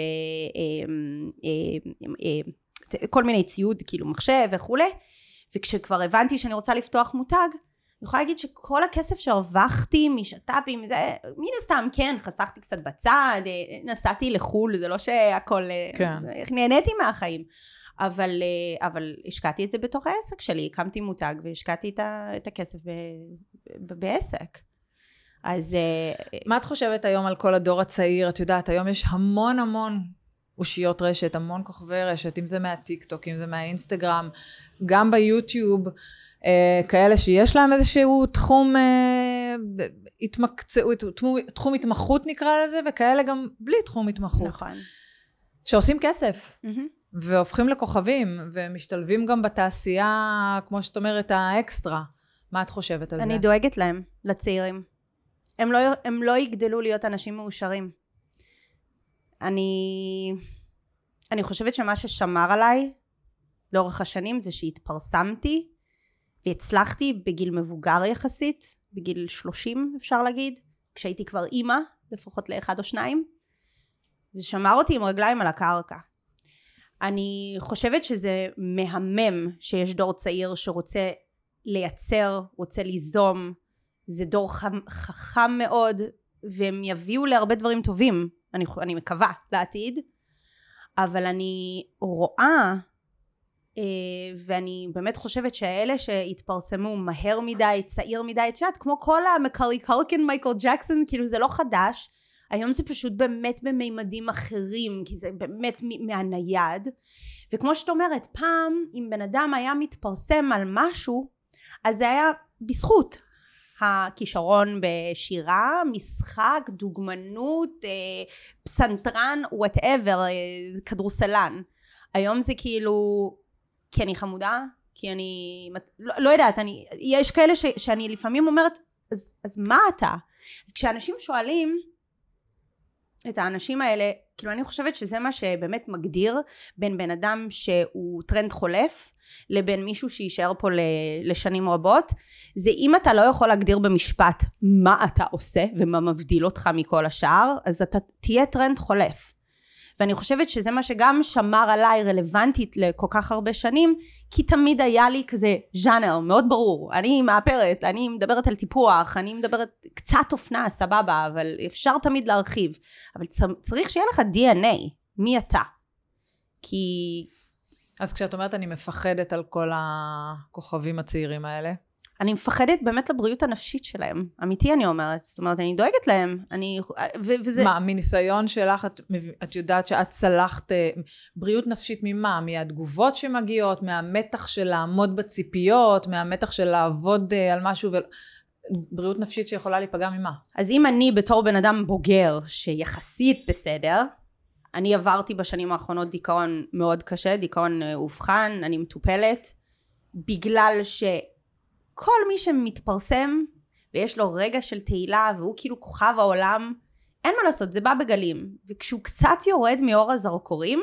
בכל מיני ציוד, כאילו מחשב וכו'. וכשכבר הבנתי שאני רוצה לפתוח מותג, אני יכולה להגיד שכל הכסף שהרווחתי משת"פים, זה מן הסתם, כן, חסכתי קצת בצד, נסעתי לחול, זה לא שהכל, כן. נהניתי מהחיים. אבל, אבל השקעתי את זה בתוך העסק שלי, הקמתי מותג והשקעתי את הכסף בעסק. אז... מה את חושבת היום על כל הדור הצעיר? את יודעת, היום יש המון המון אושיות רשת, המון כוכבי רשת, אם זה מהטיק-טוק, אם זה מהאינסטגרם, גם ביוטיוב, כאלה שיש להם איזשהו תחום התמקצעות, תחום התמחות נקרא לזה, וכאלה גם בלי תחום התמחות. נכון. שעושים כסף. והופכים לכוכבים, ומשתלבים גם בתעשייה, כמו שאת אומרת, האקסטרה. מה את חושבת על זה? אני דואגת להם, לצעירים. הם לא, הם לא יגדלו להיות אנשים מאושרים. אני, אני חושבת שמה ששמר עליי לאורך השנים זה שהתפרסמתי, והצלחתי בגיל מבוגר יחסית, בגיל שלושים אפשר להגיד, כשהייתי כבר אימא, לפחות לאחד או שניים, ושמר אותי עם רגליים על הקרקע. אני חושבת שזה מהמם שיש דור צעיר שרוצה לייצר, רוצה ליזום, זה דור חכם מאוד, והם יביאו להרבה דברים טובים, אני, אני מקווה, לעתיד, אבל אני רואה, ואני באמת חושבת שהאלה שהתפרסמו מהר מדי, צעיר מדי, את יודעת, כמו כל המקלי קלקין, מייקל ג'קסון, כאילו זה לא חדש, היום זה פשוט באמת במימדים אחרים, כי זה באמת מהנייד, וכמו שאת אומרת, פעם אם בן אדם היה מתפרסם על משהו, אז זה היה בזכות הכישרון בשירה, משחק, דוגמנות, פסנתרן, whatever, כדורסלן. היום זה כאילו, כי אני חמודה, כי אני, לא, לא יודעת, אני, יש כאלה ש, שאני לפעמים אומרת, אז, אז מה אתה? כשאנשים שואלים, את האנשים האלה, כאילו אני חושבת שזה מה שבאמת מגדיר בין בן אדם שהוא טרנד חולף, לבין מישהו שישאר פה לשנים רבות, זה אם אתה לא יכול להגדיר במשפט מה אתה עושה, ומה מבדיל אותך מכל השאר, אז אתה תהיה טרנד חולף. ואני חושבת שזה מה שגם שמר עליי רלוונטית לכל כך הרבה שנים, כי תמיד היה לי כזה ז'אנר מאוד ברור, אני מאפרת, אני מדברת על טיפוח, אני מדברת קצת אופנה, סבבה, אבל אפשר תמיד להרחיב, אבל צריך שיהיה לך די אן איי, מי אתה? כי... אז כשאת אומרת אני מפחדת על כל הכוכבים הצעירים האלה, אני מפחדת באמת לבריאות הנפשית שלהם. אמיתי אני אומרת. זאת אומרת, אני דואגת להם. אני, ו, וזה... מה, מניסיון שלך, את, את יודעת שאת צלחת בריאות נפשית ממה? מהתגובות שמגיעות, מהמתח של לעמוד בציפיות, מהמתח של לעבוד על משהו, ו... בריאות נפשית שיכולה להיפגע ממה? אז אם אני בתור בן אדם בוגר, שיחסית בסדר, אני עברתי בשנים האחרונות דיכאון מאוד קשה, דיכאון אובחן, אני מטופלת, בגלל ש... כל מי שמתפרסם ויש לו רגע של תהילה והוא כאילו כוכב העולם, אין מה לעשות, זה בא בגלים. וכשהוא קצת יורד מאור הזרקורים,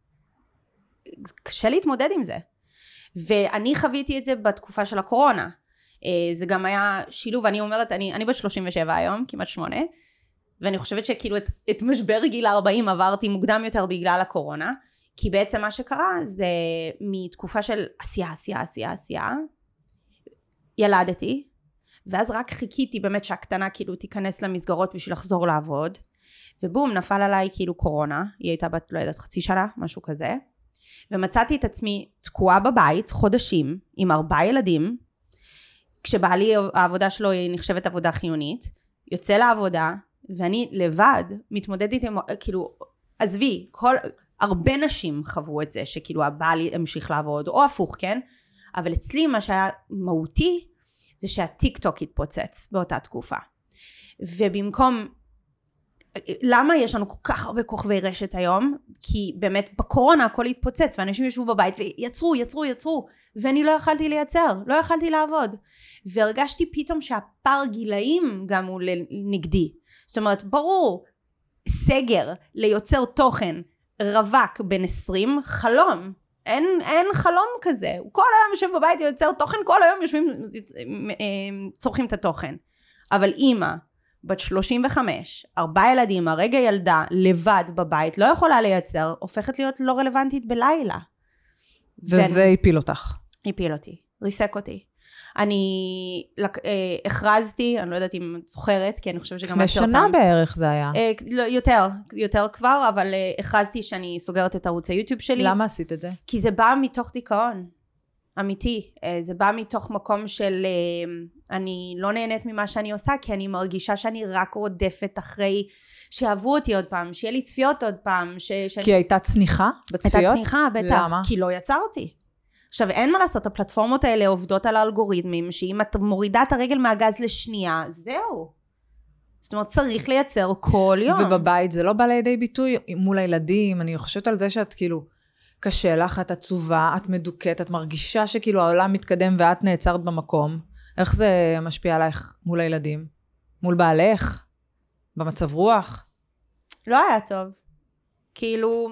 קשה להתמודד עם זה. ואני חוויתי את זה בתקופה של הקורונה. זה גם היה שילוב, אני אומרת, אני, אני בת שלושים ושבע היום, כמעט שמונה, ואני חושבת שכאילו את, את משבר גיל ארבעים עברתי מוקדם יותר בגלל הקורונה, כי בעצם מה שקרה זה מתקופה של עשייה, עשייה, עשייה, עשייה, ילדתי, ואז רק חיכיתי באמת שהקטנה כאילו תיכנס למסגרות בשביל לחזור לעבוד, ובום, נפל עליי כאילו קורונה, היא הייתה בת, לא יודעת, חצי שנה, משהו כזה, ומצאתי את עצמי תקועה בבית, חודשים, עם ארבעה ילדים, כשבעלי העבודה שלו היא נחשבת עבודה חיונית, יוצא לעבודה, ואני לבד מתמודדת עם, כאילו, עזבי, כל, הרבה נשים חוו את זה, שכאילו הבעל המשיך לעבוד, או הפוך, כן? אבל אצלי מה שהיה מהותי, זה שהטיק טוק התפוצץ באותה תקופה. ובמקום, למה יש לנו כל כך הרבה כוכבי רשת היום? כי באמת בקורונה הכל התפוצץ, ואנשים ישבו בבית ויצרו, יצרו, יצרו, ואני לא יכלתי לייצר, לא יכלתי לעבוד. והרגשתי פתאום שהפער גילאים גם הוא נגדי. זאת אומרת, ברור, סגר ליוצר תוכן רווק בין עשרים, חלום. אין, אין חלום כזה. הוא כל היום יושב בבית ויוצר תוכן, כל היום יושבים, צורכים את התוכן. אבל אימא, בת שלושים וחמש, ארבעה ילדים, הרגע ילדה, לבד בבית, לא יכולה לייצר, הופכת להיות לא רלוונטית בלילה. וזה ואני, הפיל אותך. הפיל אותי, ריסק אותי. אני לק, אה, הכרזתי, אני לא יודעת אם את זוכרת, כי אני חושבת שגם... לפני שנה שמת, בערך זה היה. אה, לא, יותר, יותר כבר, אבל אה, הכרזתי שאני סוגרת את ערוץ היוטיוב שלי. למה עשית את זה? כי זה בא מתוך דיכאון. אמיתי, זה בא מתוך מקום של אני לא נהנית ממה שאני עושה, כי אני מרגישה שאני רק רודפת אחרי שאהבו אותי עוד פעם, שיהיה לי צפיות עוד פעם. ש... כי הייתה צניחה בצפיות? הייתה צניחה, בטח. למה? כי לא יצרתי. עכשיו, אין מה לעשות, הפלטפורמות האלה עובדות על האלגוריתמים, שאם את מורידה את הרגל מהגז לשנייה, זהו. זאת אומרת, צריך לייצר כל יום. ובבית זה לא בא לידי ביטוי מול הילדים, אני חושבת על זה שאת כאילו... קשה לך, את עצובה, את מדוקת, את מרגישה שכאילו העולם מתקדם ואת נעצרת במקום. איך זה משפיע עלייך מול הילדים? מול בעלך? במצב רוח? לא היה טוב. כאילו,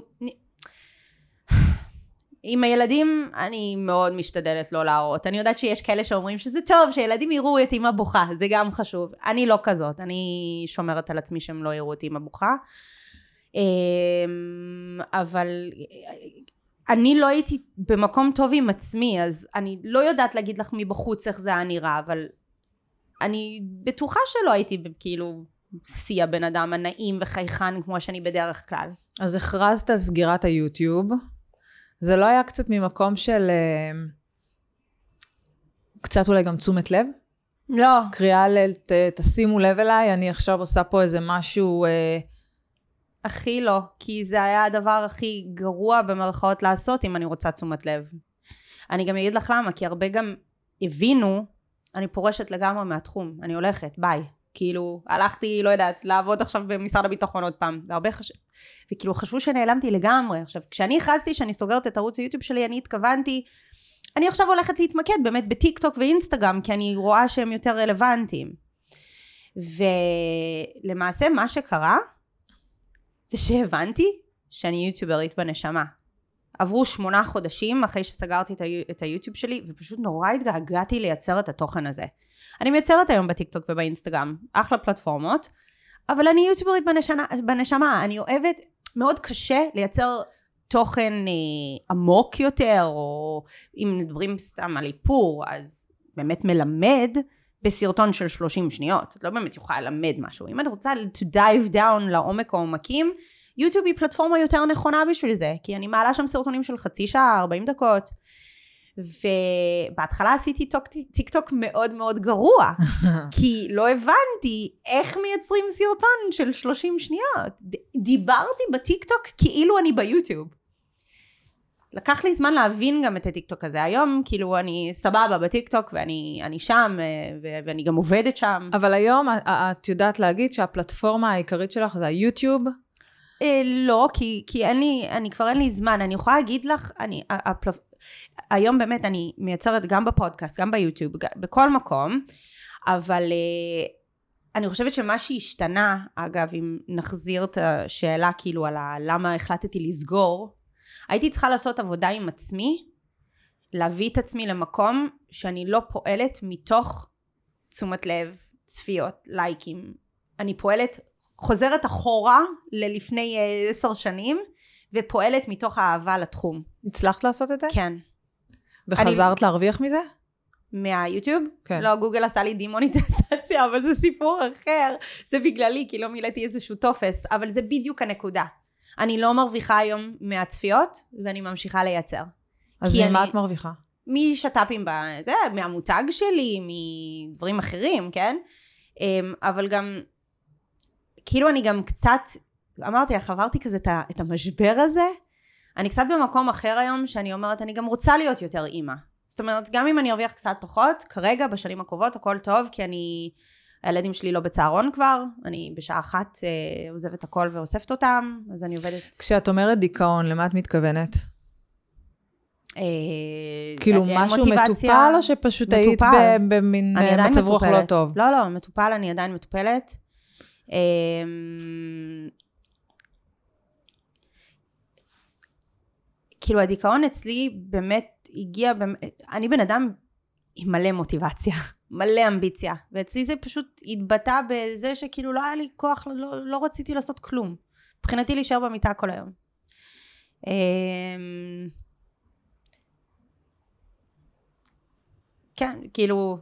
עם הילדים אני מאוד משתדלת לא להראות. אני יודעת שיש כאלה שאומרים שזה טוב, שילדים יראו את אמא בוכה, זה גם חשוב. אני לא כזאת, אני שומרת על עצמי שהם לא יראו את אמא בוכה. אבל אני לא הייתי במקום טוב עם עצמי, אז אני לא יודעת להגיד לך מבחוץ איך זה היה נראה, אבל אני בטוחה שלא הייתי כאילו שיא הבן אדם הנעים וחייכן כמו שאני בדרך כלל. אז הכרזת על סגירת היוטיוב, זה לא היה קצת ממקום של קצת אולי גם תשומת לב? לא. קריאה ל... תשימו לב אליי, אני עכשיו עושה פה איזה משהו... הכי לא, כי זה היה הדבר הכי גרוע במרכאות לעשות אם אני רוצה תשומת לב. אני גם אגיד לך למה, כי הרבה גם הבינו, אני פורשת לגמרי מהתחום, אני הולכת, ביי. כאילו, הלכתי, לא יודעת, לעבוד עכשיו במשרד הביטחון עוד פעם, והרבה חש... וכאילו חשבו שנעלמתי לגמרי. עכשיו, כשאני הכרזתי שאני סוגרת את ערוץ היוטיוב שלי, אני התכוונתי, אני עכשיו הולכת להתמקד באמת בטיק טוק ואינסטגרם, כי אני רואה שהם יותר רלוונטיים. ולמעשה מה שקרה, זה שהבנתי שאני יוטיוברית בנשמה. עברו שמונה חודשים אחרי שסגרתי את, ה- את היוטיוב שלי, ופשוט נורא התגעגעתי לייצר את התוכן הזה. אני מייצרת היום בטיקטוק ובאינסטגרם, אחלה פלטפורמות, אבל אני יוטיוברית בנשמה, בנשמה. אני אוהבת, מאוד קשה לייצר תוכן אה, עמוק יותר, או אם מדברים סתם על איפור, אז באמת מלמד בסרטון של שלושים שניות. את לא באמת יכולה ללמד משהו. אם את רוצה to dive down לעומק העומקים, יוטיוב היא פלטפורמה יותר נכונה בשביל זה, כי אני מעלה שם סרטונים של חצי שעה, ארבעים דקות, ובהתחלה עשיתי טיק טוק מאוד מאוד גרוע, כי לא הבנתי איך מייצרים סרטון של שלושים שניות. דיברתי בטיק טוק כאילו אני ביוטיוב. לקח לי זמן להבין גם את הטיק טוק הזה. היום כאילו אני סבבה בטיק טוק ואני אני שם ואני גם עובדת שם. אבל היום את יודעת להגיד שהפלטפורמה העיקרית שלך זה היוטיוב? לא, כי, כי אין לי, אני כבר אין לי זמן. אני יכולה להגיד לך, אני, הפלפ... היום באמת אני מייצרת גם בפודקאסט, גם ביוטיוב, בכל מקום, אבל אני חושבת שמה שהשתנה, אגב, אם נחזיר את השאלה כאילו על למה החלטתי לסגור, הייתי צריכה לעשות עבודה עם עצמי, להביא את עצמי למקום שאני לא פועלת מתוך תשומת לב, צפיות, לייקים. אני פועלת, חוזרת אחורה ללפני עשר שנים, ופועלת מתוך האהבה לתחום. הצלחת לעשות את זה? כן. וחזרת אני... להרוויח מזה? מהיוטיוב? כן. לא, גוגל עשה לי דימוניטיזציה, אבל זה סיפור אחר. זה בגללי, כי לא מילאתי איזשהו טופס, אבל זה בדיוק הנקודה. אני לא מרוויחה היום מהצפיות, ואני ממשיכה לייצר. אז ממה אני... את מרוויחה? משטאפים בזה, מהמותג שלי, מדברים אחרים, כן? אבל גם, כאילו אני גם קצת, אמרתי, עברתי כזה את המשבר הזה, אני קצת במקום אחר היום, שאני אומרת, אני גם רוצה להיות יותר אימא. זאת אומרת, גם אם אני ארוויח קצת פחות, כרגע, בשנים הקרובות, הכל טוב, כי אני, הילדים שלי לא בצהרון כבר, אני בשעה אחת אה, עוזבת הכל ואוספת אותם, אז אני עובדת... כשאת אומרת דיכאון, למה את מתכוונת? אה, כאילו משהו מטופל, או שפשוט היית במין מצב רוח לא טוב? לא, לא, מטופל, אני עדיין מטופלת. אה, כאילו הדיכאון אצלי באמת הגיע, אני בן אדם עם מלא מוטיבציה, מלא אמביציה, ואצלי זה פשוט התבטא בזה שכאילו לא היה לי כוח, לא, לא רציתי לעשות כלום. מבחינתי להישאר במיטה כל היום. כן, כאילו,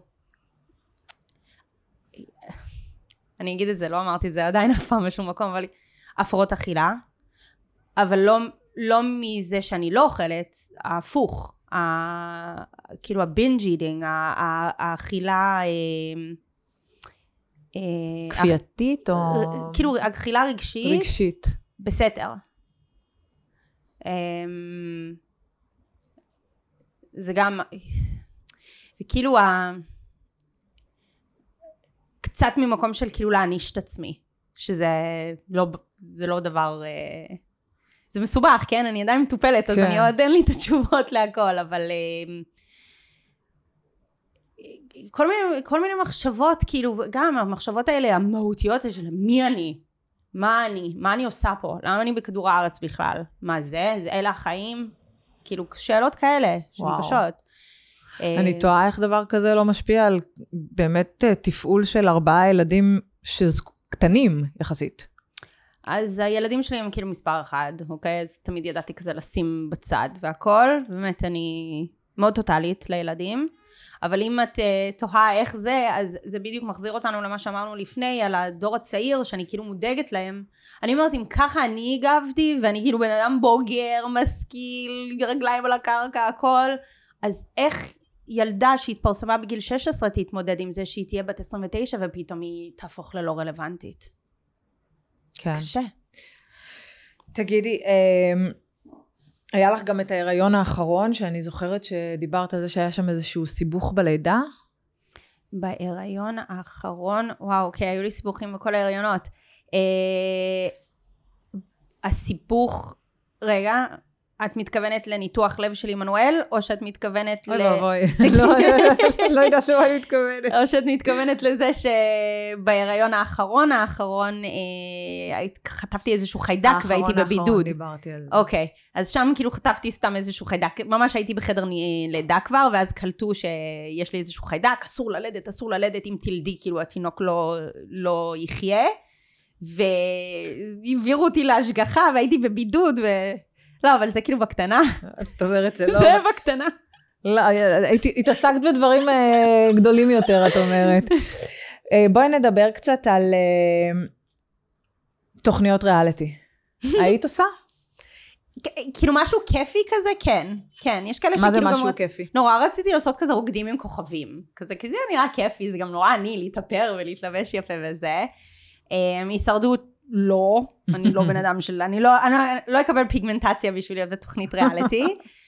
אני אגיד את זה, לא אמרתי את זה עדיין אף פעם בשום מקום, אבל הפרעות אכילה, אבל לא, לא מזה שאני לא אוכלת, ההפוך, ה, כאילו הבינג' איטינג, האכילה, כפייתית או... כאילו, אכילה רגשית. רגשית. בסתר. זה גם, וכאילו, קצת ממקום של כאילו להעניש את עצמי, שזה לא, זה לא דבר, זה מסובך, כן? אני עדיין מטופלת, אז אני עוד אין לי את התשובות להכל, אבל כל מיני, כל מיני מחשבות, כאילו, גם המחשבות האלה, המהותיות של מי אני? מה אני? מה אני עושה פה? למה אני בכדור הארץ בכלל? מה זה? זה אלה החיים? כאילו, שאלות כאלה, שמקשות. אני תוהה איך דבר כזה לא משפיע על באמת תפעול של ארבעה ילדים קטנים יחסית. אז הילדים שלי הם כאילו מספר אחד, אוקיי? אז תמיד ידעתי כזה לשים בצד והכל. באמת אני מאוד טוטלית לילדים. אבל אם את uh, תוהה איך זה, אז זה בדיוק מחזיר אותנו למה שאמרנו לפני, על הדור הצעיר, שאני כאילו מודאגת להם. אני אומרת, אם ככה אני הגבתי, ואני כאילו בן אדם בוגר, משכיל, רגליים על הקרקע, הכל, אז איך ילדה שהתפרסמה בגיל שש עשרה תתמודד עם זה, שהיא תהיה בת עשרים ותשע, ופתאום היא תהפוך ללא רלוונטית? כן. קשה. תגידי, היה לך גם את ההיריון האחרון, שאני זוכרת שדיברת על זה שהיה שם איזשהו סיבוך בלידה? בהיריון האחרון, וואו, אוקיי, היו לי סיבוכים בכל ההיריונות. אה, הסיבוך, רגע, את מתכוונת לניתוח לב של עמנואל, או שאת מתכוונת ל... אוי בואי, לא יודעת למה אני מתכוונת. או שאת מתכוונת לזה שבהיריון האחרון, האחרון, חטפתי איזשהו חיידק והייתי בבידוד. האחרון, האחרון, דיברתי על זה. אוקיי, אז שם כאילו חטפתי סתם איזשהו חיידק, ממש הייתי בחדר לידה כבר, ואז קלטו שיש לי איזשהו חיידק, אסור ללדת, אסור ללדת, אם תלדי, כאילו התינוק לא יחיה, והעבירו אותי להשגחה, והייתי בבידוד, ו... לא, אבל זה כאילו בקטנה. את אומרת, זה לא... זה בקטנה. לא, התעסקת בדברים גדולים יותר, את אומרת. בואי נדבר קצת על תוכניות ריאליטי. היית עושה? כאילו משהו כיפי כזה, כן. כן, יש כאלה שכאילו... מה זה משהו כיפי? נורא רציתי לעשות כזה רוקדים עם כוכבים. כזה, כי זה נראה כיפי, זה גם נורא עני להתאפר ולהתלבש יפה וזה. הישרדות לא, אני לא בן אדם של, אני לא, אני לא אקבל פיגמנטציה בשביל להיות בתוכנית ריאליטי.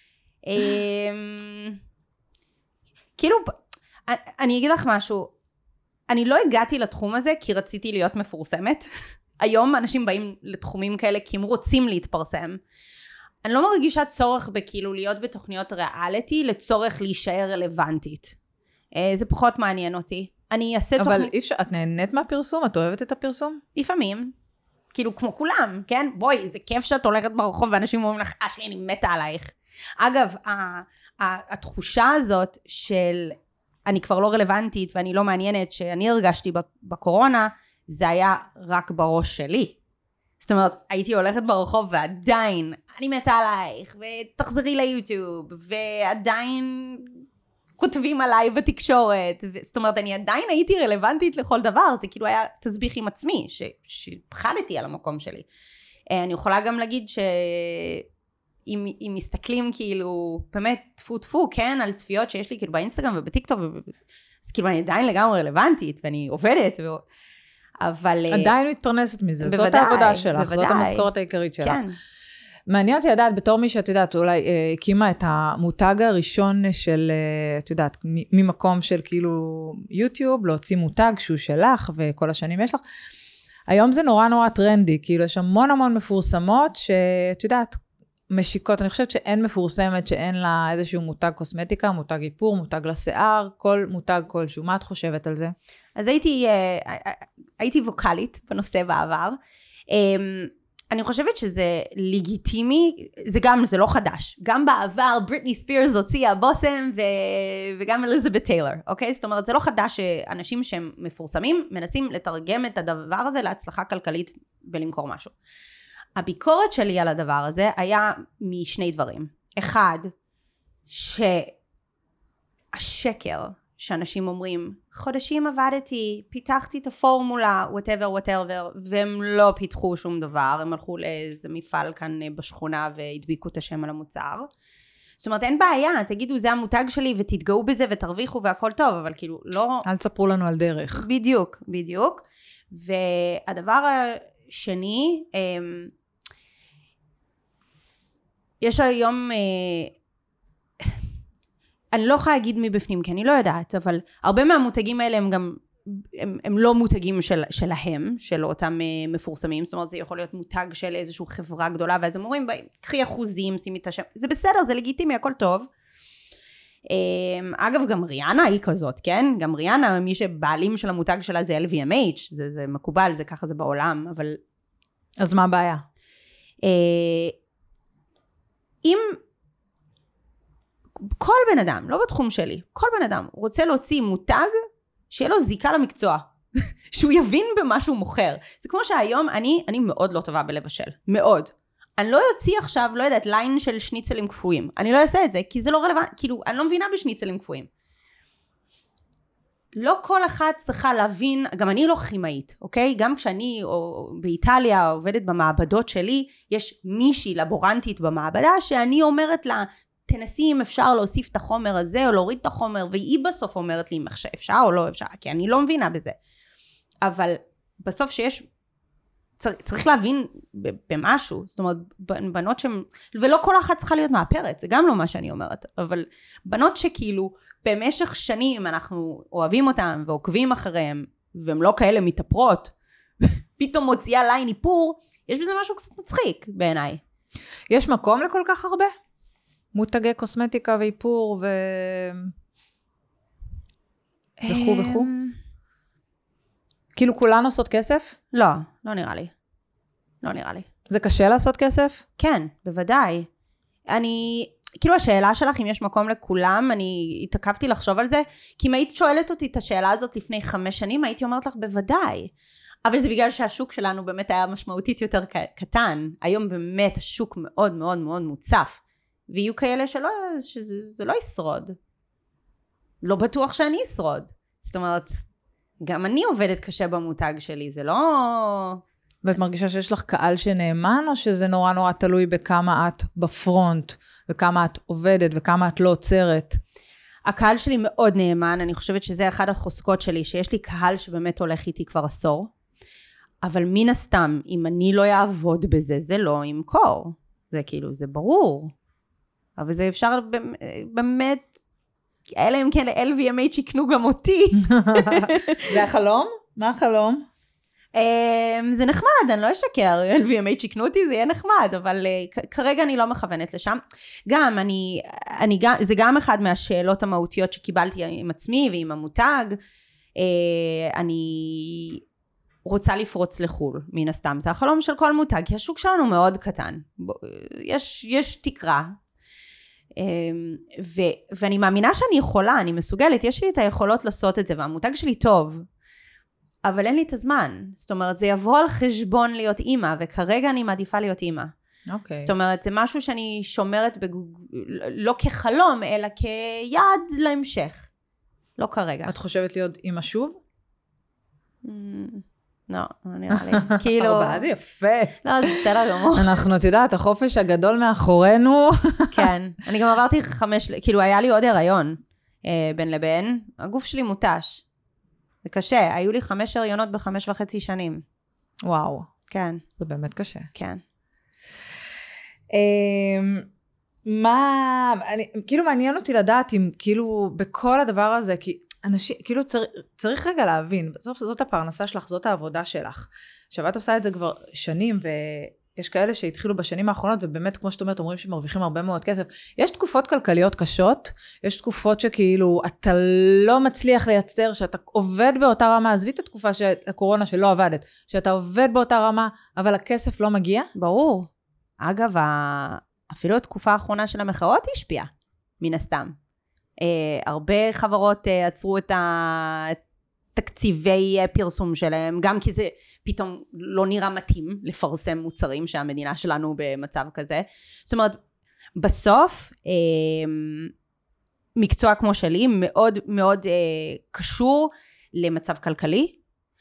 כאילו, אני אגיד לך משהו, אני לא הגעתי לתחום הזה כי רציתי להיות מפורסמת. היום אנשים באים לתחומים כאלה כי הם רוצים להתפרסם. אני לא מרגישה צורך בכאילו להיות בתוכניות ריאליטי לצורך להישאר רלוונטית. זה פחות מעניין אותי. אני אעשה תוכנית... אבל אפשר, את נהנית מהפרסום? את אוהבת את הפרסום? לפעמים. כאילו כמו כולם, כן? בואי, זה כיף שאת הולכת ברחוב ואנשים אומרים לך, אשלי, אני מתה עלייך. אגב, התחושה הזאת של אני כבר לא רלוונטית ואני לא מעניינת, שאני הרגשתי בקורונה, זה היה רק בראש שלי. זאת אומרת, הייתי הולכת ברחוב ועדיין, אני מתה עלייך, ותחזרי ליוטיוב, ועדיין כותבים עליי בתקשורת. זאת אומרת, אני עדיין הייתי רלוונטית לכל דבר, זה כאילו היה תסביך עם עצמי, שפחדתי על המקום שלי. אני יכולה גם להגיד שאם אם מסתכלים כאילו, באמת תפו תפו, כן, על צפיות שיש לי כאילו באינסטגרם ובטיקטוק, אז כאילו אני עדיין לגמרי רלוונטית, ואני עובדת, ו... אבל... עדיין מתפרנסת מזה, בוודאי, זאת העבודה שלך, בוודאי. זאת המשכורת העיקרית שלך. כן. מעניין אותי לדעת, בתור מי שאת יודעת, אולי הקימה את המותג הראשון של, את יודעת, ממקום של כאילו יוטיוב, להוציא מותג שהוא שלך, וכל השנים יש לך. היום זה נורא נורא טרנדי, כאילו יש המון המון מפורסמות, שאת יודעת, משיקות, אני חושבת שאין מפורסמת, שאין לה איזשהו מותג קוסמטיקה, מותג איפור, מותג לשיער, כל מותג כלשהו. מה את חושבת על זה? אז הייתי, הייתי ווקלית בנושא בעבר. אני חושבת שזה לגיטימי, זה גם, זה לא חדש. גם בעבר, בריטני ספירס הוציאה בוסם, ו... וגם אליזבת טיילר, אוקיי? זאת אומרת, זה לא חדש שאנשים שהם מפורסמים, מנסים לתרגם את הדבר הזה להצלחה כלכלית ולמכור משהו. הביקורת שלי על הדבר הזה היה משני דברים. אחד, שהשקר שאנשים אומרים, חודשים עבדתי, פיתחתי את הפורמולה, whatever, whatever, והם לא פיתחו שום דבר, הם הלכו לאיזה מפעל כאן בשכונה והדביקו את השם על המוצר. זאת אומרת, אין בעיה, תגידו, זה המותג שלי ותתגעו בזה ותרוויחו והכל טוב, אבל כאילו, לא... אל תספרו לנו על דרך. בדיוק, בדיוק. והדבר השני, יש היום... אני לא יכולה להגיד מבפנים, כי אני לא יודעת, אבל הרבה מהמותגים האלה הם גם, הם, הם לא מותגים של, שלהם, של אותם מפורסמים, זאת אומרת, זה יכול להיות מותג של איזושהי חברה גדולה, ואז הם אומרים, קחי אחוזים, שימי את השם, זה בסדר, זה לגיטימי, הכל טוב. אגב, גם ריאנה היא כזאת, כן? גם ריאנה, מי שבעלים של המותג שלה זה אל וי אם אייץ', זה, זה מקובל, זה ככה זה בעולם, אבל... אז מה הבעיה? אם... כל בן אדם, לא בתחום שלי, כל בן אדם רוצה להוציא מותג שיהיה לו זיקה למקצוע, שהוא יבין במה שהוא מוכר. זה כמו שהיום אני, אני מאוד לא טובה בלבשל, מאוד. אני לא יוציא עכשיו, לא יודעת, ליין של שניצלים קפואים. אני לא אעשה את זה, כי זה לא רלוונטי, כאילו, אני לא מבינה בשניצלים קפואים. לא כל אחד צריכה להבין, גם אני לא כימאית, אוקיי? גם כשאני או באיטליה עובדת במעבדות שלי, יש מישהי לבורנטית במעבדה, שאני אומרת לה, תנסי אם אפשר להוסיף את החומר הזה, או להוריד את החומר, והיא בסוף אומרת לי אם אפשר או לא אפשר, כי אני לא מבינה בזה. אבל בסוף שיש, צריך, צריך להבין במשהו, זאת אומרת, בנות שהן, ולא כל אחת צריכה להיות מאפרת, זה גם לא מה שאני אומרת, אבל בנות שכאילו, במשך שנים אנחנו אוהבים אותן, ועוקבים אחריהן, והן לא כאלה מתאפרות, פתאום מוציאה ליין איפור, יש בזה משהו קצת מצחיק בעיניי. יש מקום לכל כך הרבה? מותגי קוסמטיקה ואיפור ו... וכו וכו? כאילו כולן עושות כסף? לא, לא נראה לי. לא נראה לי. זה קשה לעשות כסף? כן, בוודאי. אני, כאילו השאלה שלך אם יש מקום לכולם, אני התעכבתי לחשוב על זה, כי אם היית שואלת אותי את השאלה הזאת לפני חמש שנים, הייתי אומרת לך בוודאי. אבל זה בגלל שהשוק שלנו באמת היה משמעותית יותר קטן. היום באמת השוק מאוד מאוד מאוד מוצף. ויהיו כאלה שלא, שזה זה לא ישרוד. לא בטוח שאני אשרוד. זאת אומרת, גם אני עובדת קשה במותג שלי, זה לא... ואת מרגישה שיש לך קהל שנאמן, או שזה נורא נורא תלוי בכמה את בפרונט, וכמה את עובדת, וכמה את לא עוצרת? הקהל שלי מאוד נאמן, אני חושבת שזה אחד החוזקות שלי, שיש לי קהל שבאמת הולך איתי כבר עשור, אבל מן הסתם, אם אני לא אעבוד בזה, זה לא ימכור. זה כאילו, זה ברור. אבל זה אפשר באמת, אלה הם כן, אל וי אם אייץ' יקנו גם אותי. זה החלום? מה החלום? זה נחמד, אני לא אשקר, אל וי אם אייץ' יקנו אותי, זה יהיה נחמד, אבל כרגע אני לא מכוונת לשם. גם, אני, אני, זה גם אחד מהשאלות המהותיות שקיבלתי עם עצמי ועם המותג. אני רוצה לפרוץ לחול, מן הסתם. זה החלום של כל מותג, כי השוק שלנו מאוד קטן. יש, יש תקרה. ו, ואני מאמינה שאני יכולה, אני מסוגלת, יש לי את היכולות לעשות את זה, והמותג שלי טוב, אבל אין לי את הזמן. זאת אומרת, זה יבוא על חשבון להיות אימא, וכרגע אני מעדיפה להיות אימא. אוקיי. זאת אומרת, זה משהו שאני שומרת, בגוג... לא כחלום, אלא כיעד להמשך. לא כרגע. את חושבת להיות אימא שוב? לא, לא נראה לי. כאילו... ארבעה, זה יפה. לא, זה בסדר גמור. אנחנו, את יודעת, החופש הגדול מאחורינו. כן. אני גם עברתי חמש, כאילו, היה לי עוד הריון בין לבין. הגוף שלי מוטש. זה קשה. היו לי חמש הריונות בחמש וחצי שנים. וואו. כן. זה באמת קשה. כן. מה, אני, כאילו מעניין אותי לדעת אם, כאילו, בכל הדבר הזה, כי אנשים, כאילו צריך, צריך רגע להבין, בסוף זאת הפרנסה שלך, זאת העבודה שלך. עכשיו את עושה את זה כבר שנים, יש כאלה שהתחילו בשנים האחרונות, ובאמת, כמו שאת אומרת, אומרים שמרוויחים הרבה מאוד כסף. יש תקופות כלכליות קשות, יש תקופות שכאילו, אתה לא מצליח לייצר, שאתה עובד באותה רמה, עזבי את התקופה של הקורונה שלא עבדת, שאתה עובד באותה רמה, אבל הכסף לא מגיע? ברור. אגב, אפילו התקופה האחרונה של המחאות השפיעה, מן הסתם. הרבה חברות עצרו את ה... תקציבי פרסום שלהם, גם כי זה פתאום לא נראה מתאים לפרסם מוצרים שהמדינה שלנו במצב כזה. זאת אומרת, בסוף, מקצוע כמו שלי מאוד מאוד קשור למצב כלכלי,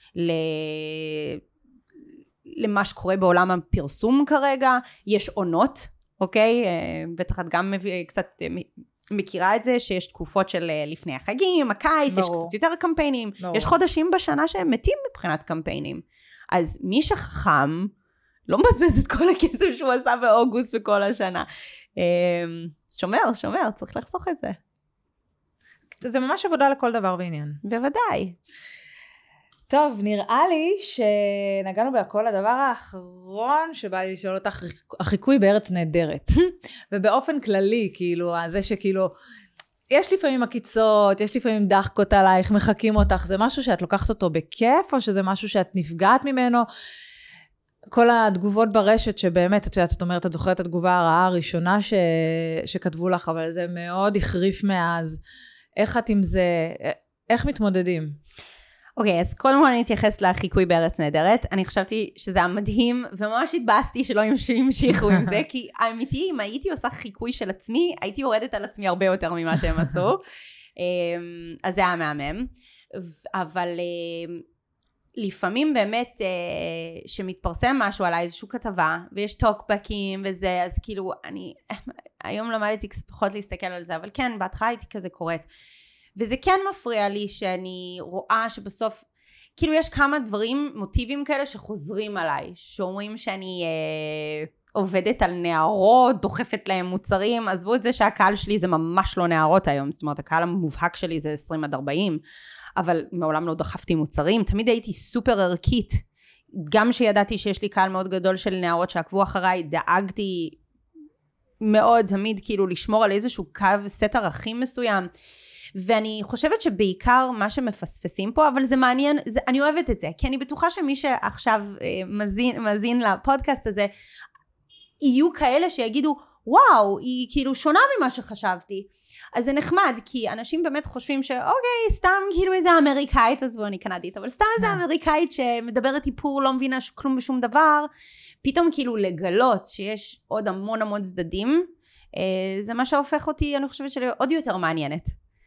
למה שקורה בעולם הפרסום כרגע, יש עונות, אוקיי? בטח את גם קצת מכירה את זה, שיש תקופות של לפני החגים, הקיץ, ברור. יש קצת יותר קמפיינים, ברור. יש חודשים בשנה שהם מתים מבחינת קמפיינים. אז מי שחכם, לא מבזבז את כל הכסף שהוא עשה באוגוסט וכל השנה. שומר, שומר, צריך לחסוך את זה. זה ממש עבודה לכל דבר ועניין. בוודאי. טוב, נראה לי שנגענו בהכל. הדבר האחרון שבא לי לשאול אותך, החיקוי בארץ נהדרת. ובאופן כללי, כאילו, זה שכאילו, יש לפעמים עקיצות, יש לפעמים דחקות עלייך, מחכים אותך, זה משהו שאת לוקחת אותו בכיף, או שזה משהו שאת נפגעת ממנו? כל התגובות ברשת שבאמת, את יודעת, את אומרת, את זוכרת את התגובה הרעה הראשונה ש... שכתבו לך, אבל זה מאוד החריף מאז. איך את עם זה? איך מתמודדים? אוקיי, אז קודם כל אני אתייחס לחיקוי בארץ נהדרת. אני חשבתי שזה היה מדהים, וממש התבאסתי שלא המשיכו עם זה, כי האמיתי, אם הייתי עושה חיקוי של עצמי, הייתי יורדת על עצמי הרבה יותר ממה שהם עשו. אז זה היה מהמם. אבל לפעמים באמת, שמתפרסם משהו על איזשהו כתבה, ויש טוקבקים וזה, אז כאילו, אני היום למדתי קצת פחות להסתכל על זה, אבל כן, בהתחלה הייתי כזה קוראת. וזה כן מפריע לי שאני רואה שבסוף, כאילו יש כמה דברים, מוטיבים כאלה שחוזרים עליי, שאומרים שאני אה, עובדת על נערות, דוחפת להם מוצרים, עזבו את זה שהקהל שלי זה ממש לא נערות היום, זאת אומרת הקהל המובהק שלי זה עשרים עד ארבעים, אבל מעולם לא דחפתי מוצרים, תמיד הייתי סופר ערכית, גם שידעתי שיש לי קהל מאוד גדול של נערות שעקבו אחריי, דאגתי מאוד תמיד כאילו לשמור על איזשהו קו, סט ערכים מסוים, ואני חושבת שבעיקר מה שמפספסים פה, אבל זה מעניין, זה, אני אוהבת את זה, כי אני בטוחה שמי שעכשיו אה, מזין, מזין לפודקאסט הזה, יהיו כאלה שיגידו, וואו, היא כאילו שונה ממה שחשבתי. אז זה נחמד, כי אנשים באמת חושבים שאוקיי, סתם כאילו איזה אמריקאית, אז בוא אני קנדית, אבל סתם איזה אמריקאית שמדברת איפור, לא מבינה כלום בשום דבר, פתאום כאילו לגלות שיש עוד המון המון צדדים, אה, זה מה שהופך אותי, אני חושבת שעוד יותר מעניינת.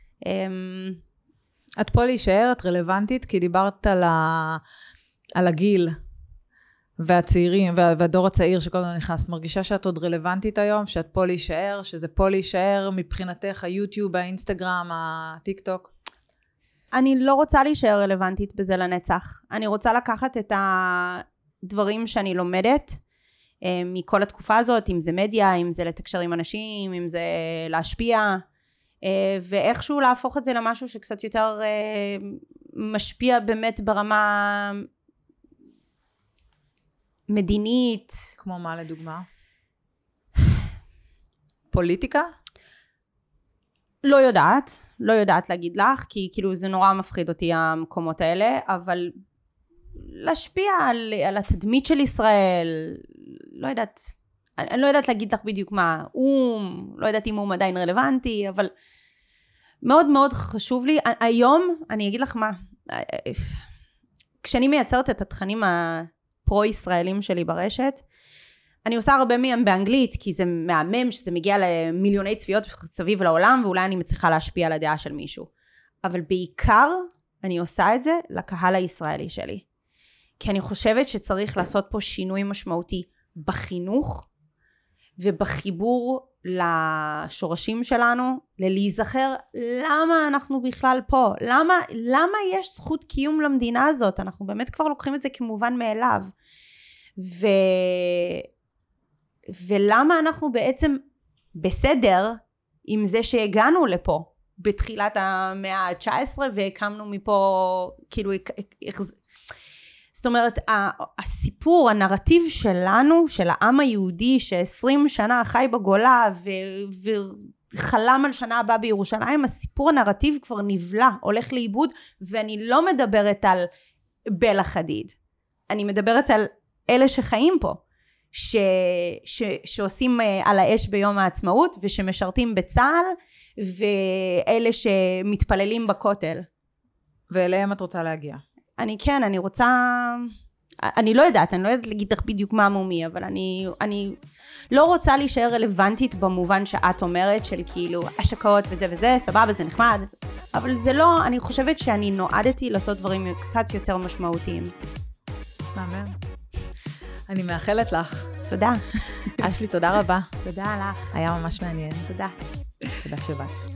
את פה להישאר, את רלוונטית, כי דיברת על, ה... על הגיל והצעירים והדור הצעיר שכל הזמן נכנס. מרגישה שאת עוד רלוונטית היום, שאת פה להישאר, שזה פה להישאר מבחינתך היוטיוב, האינסטגרם, הטיק טוק? אני לא רוצה להישאר רלוונטית בזה לנצח. אני רוצה לקחת את הדברים שאני לומדת מכל התקופה הזאת, אם זה מדיה, אם זה לתקשר עם אנשים, אם זה להשפיע, ואיכשהו להפוך את זה למשהו שקצת יותר משפיע באמת ברמה מדינית. כמו מה לדוגמה? פוליטיקה? לא יודעת, לא יודעת להגיד לך, כי כאילו זה נורא מפחיד אותי המקומות האלה, אבל להשפיע על, על התדמית של ישראל, לא יודעת, אני לא יודעת להגיד לך בדיוק מה, אום, לא יודעת אם אום עדיין רלוונטי, אבל מאוד מאוד חשוב לי, היום אני אגיד לך מה, כשאני מייצרת את התכנים הפרו-ישראלים שלי ברשת, אני עושה הרבה מהם באנגלית, כי זה מהמם שזה מגיע למיליוני צפיות סביב לעולם, ואולי אני מצליחה להשפיע על הדעה של מישהו. אבל בעיקר אני עושה את זה לקהל הישראלי שלי. כי אני חושבת שצריך לעשות פה שינוי משמעותי בחינוך, ובחיבור לשורשים שלנו, ללהיזכר למה אנחנו בכלל פה, למה, למה יש זכות קיום למדינה הזאת, אנחנו באמת כבר לוקחים את זה כמובן מאליו, ו... ולמה אנחנו בעצם בסדר עם זה שהגענו לפה, בתחילת המאה ה-תשע עשרה, והקמנו מפה, כאילו, זאת אומרת, הסיפור, הנרטיב שלנו, של העם היהודי, ש-עשרים שנה חי בגולה, וחלם על שנה הבאה בירושלים, הסיפור הנרטיב כבר נבלע, הולך לאיבוד, ואני לא מדברת על בלה חדיד. אני מדברת על אלה שחיים פה, ש, ש, שעושים על האש ביום העצמאות, ושמשרתים בצהל, ואלה שמתפללים בכותל. ואליהם את רוצה להגיע? אני כן, אני רוצה, אני לא יודעת, אני לא יודעת להגיד לך בדיוק מה מומי, אבל אני, אני לא רוצה להישאר רלוונטית במובן שאת אומרת, של כאילו השקעות וזה וזה, סבבה, זה נחמד, אבל זה לא, אני חושבת שאני נועדתי לעשות דברים קצת יותר משמעותיים. מאמן. אני מאחלת לך. תודה. אשלי, תודה רבה. תודה לך. היה ממש מעניין. תודה. תודה שבאת.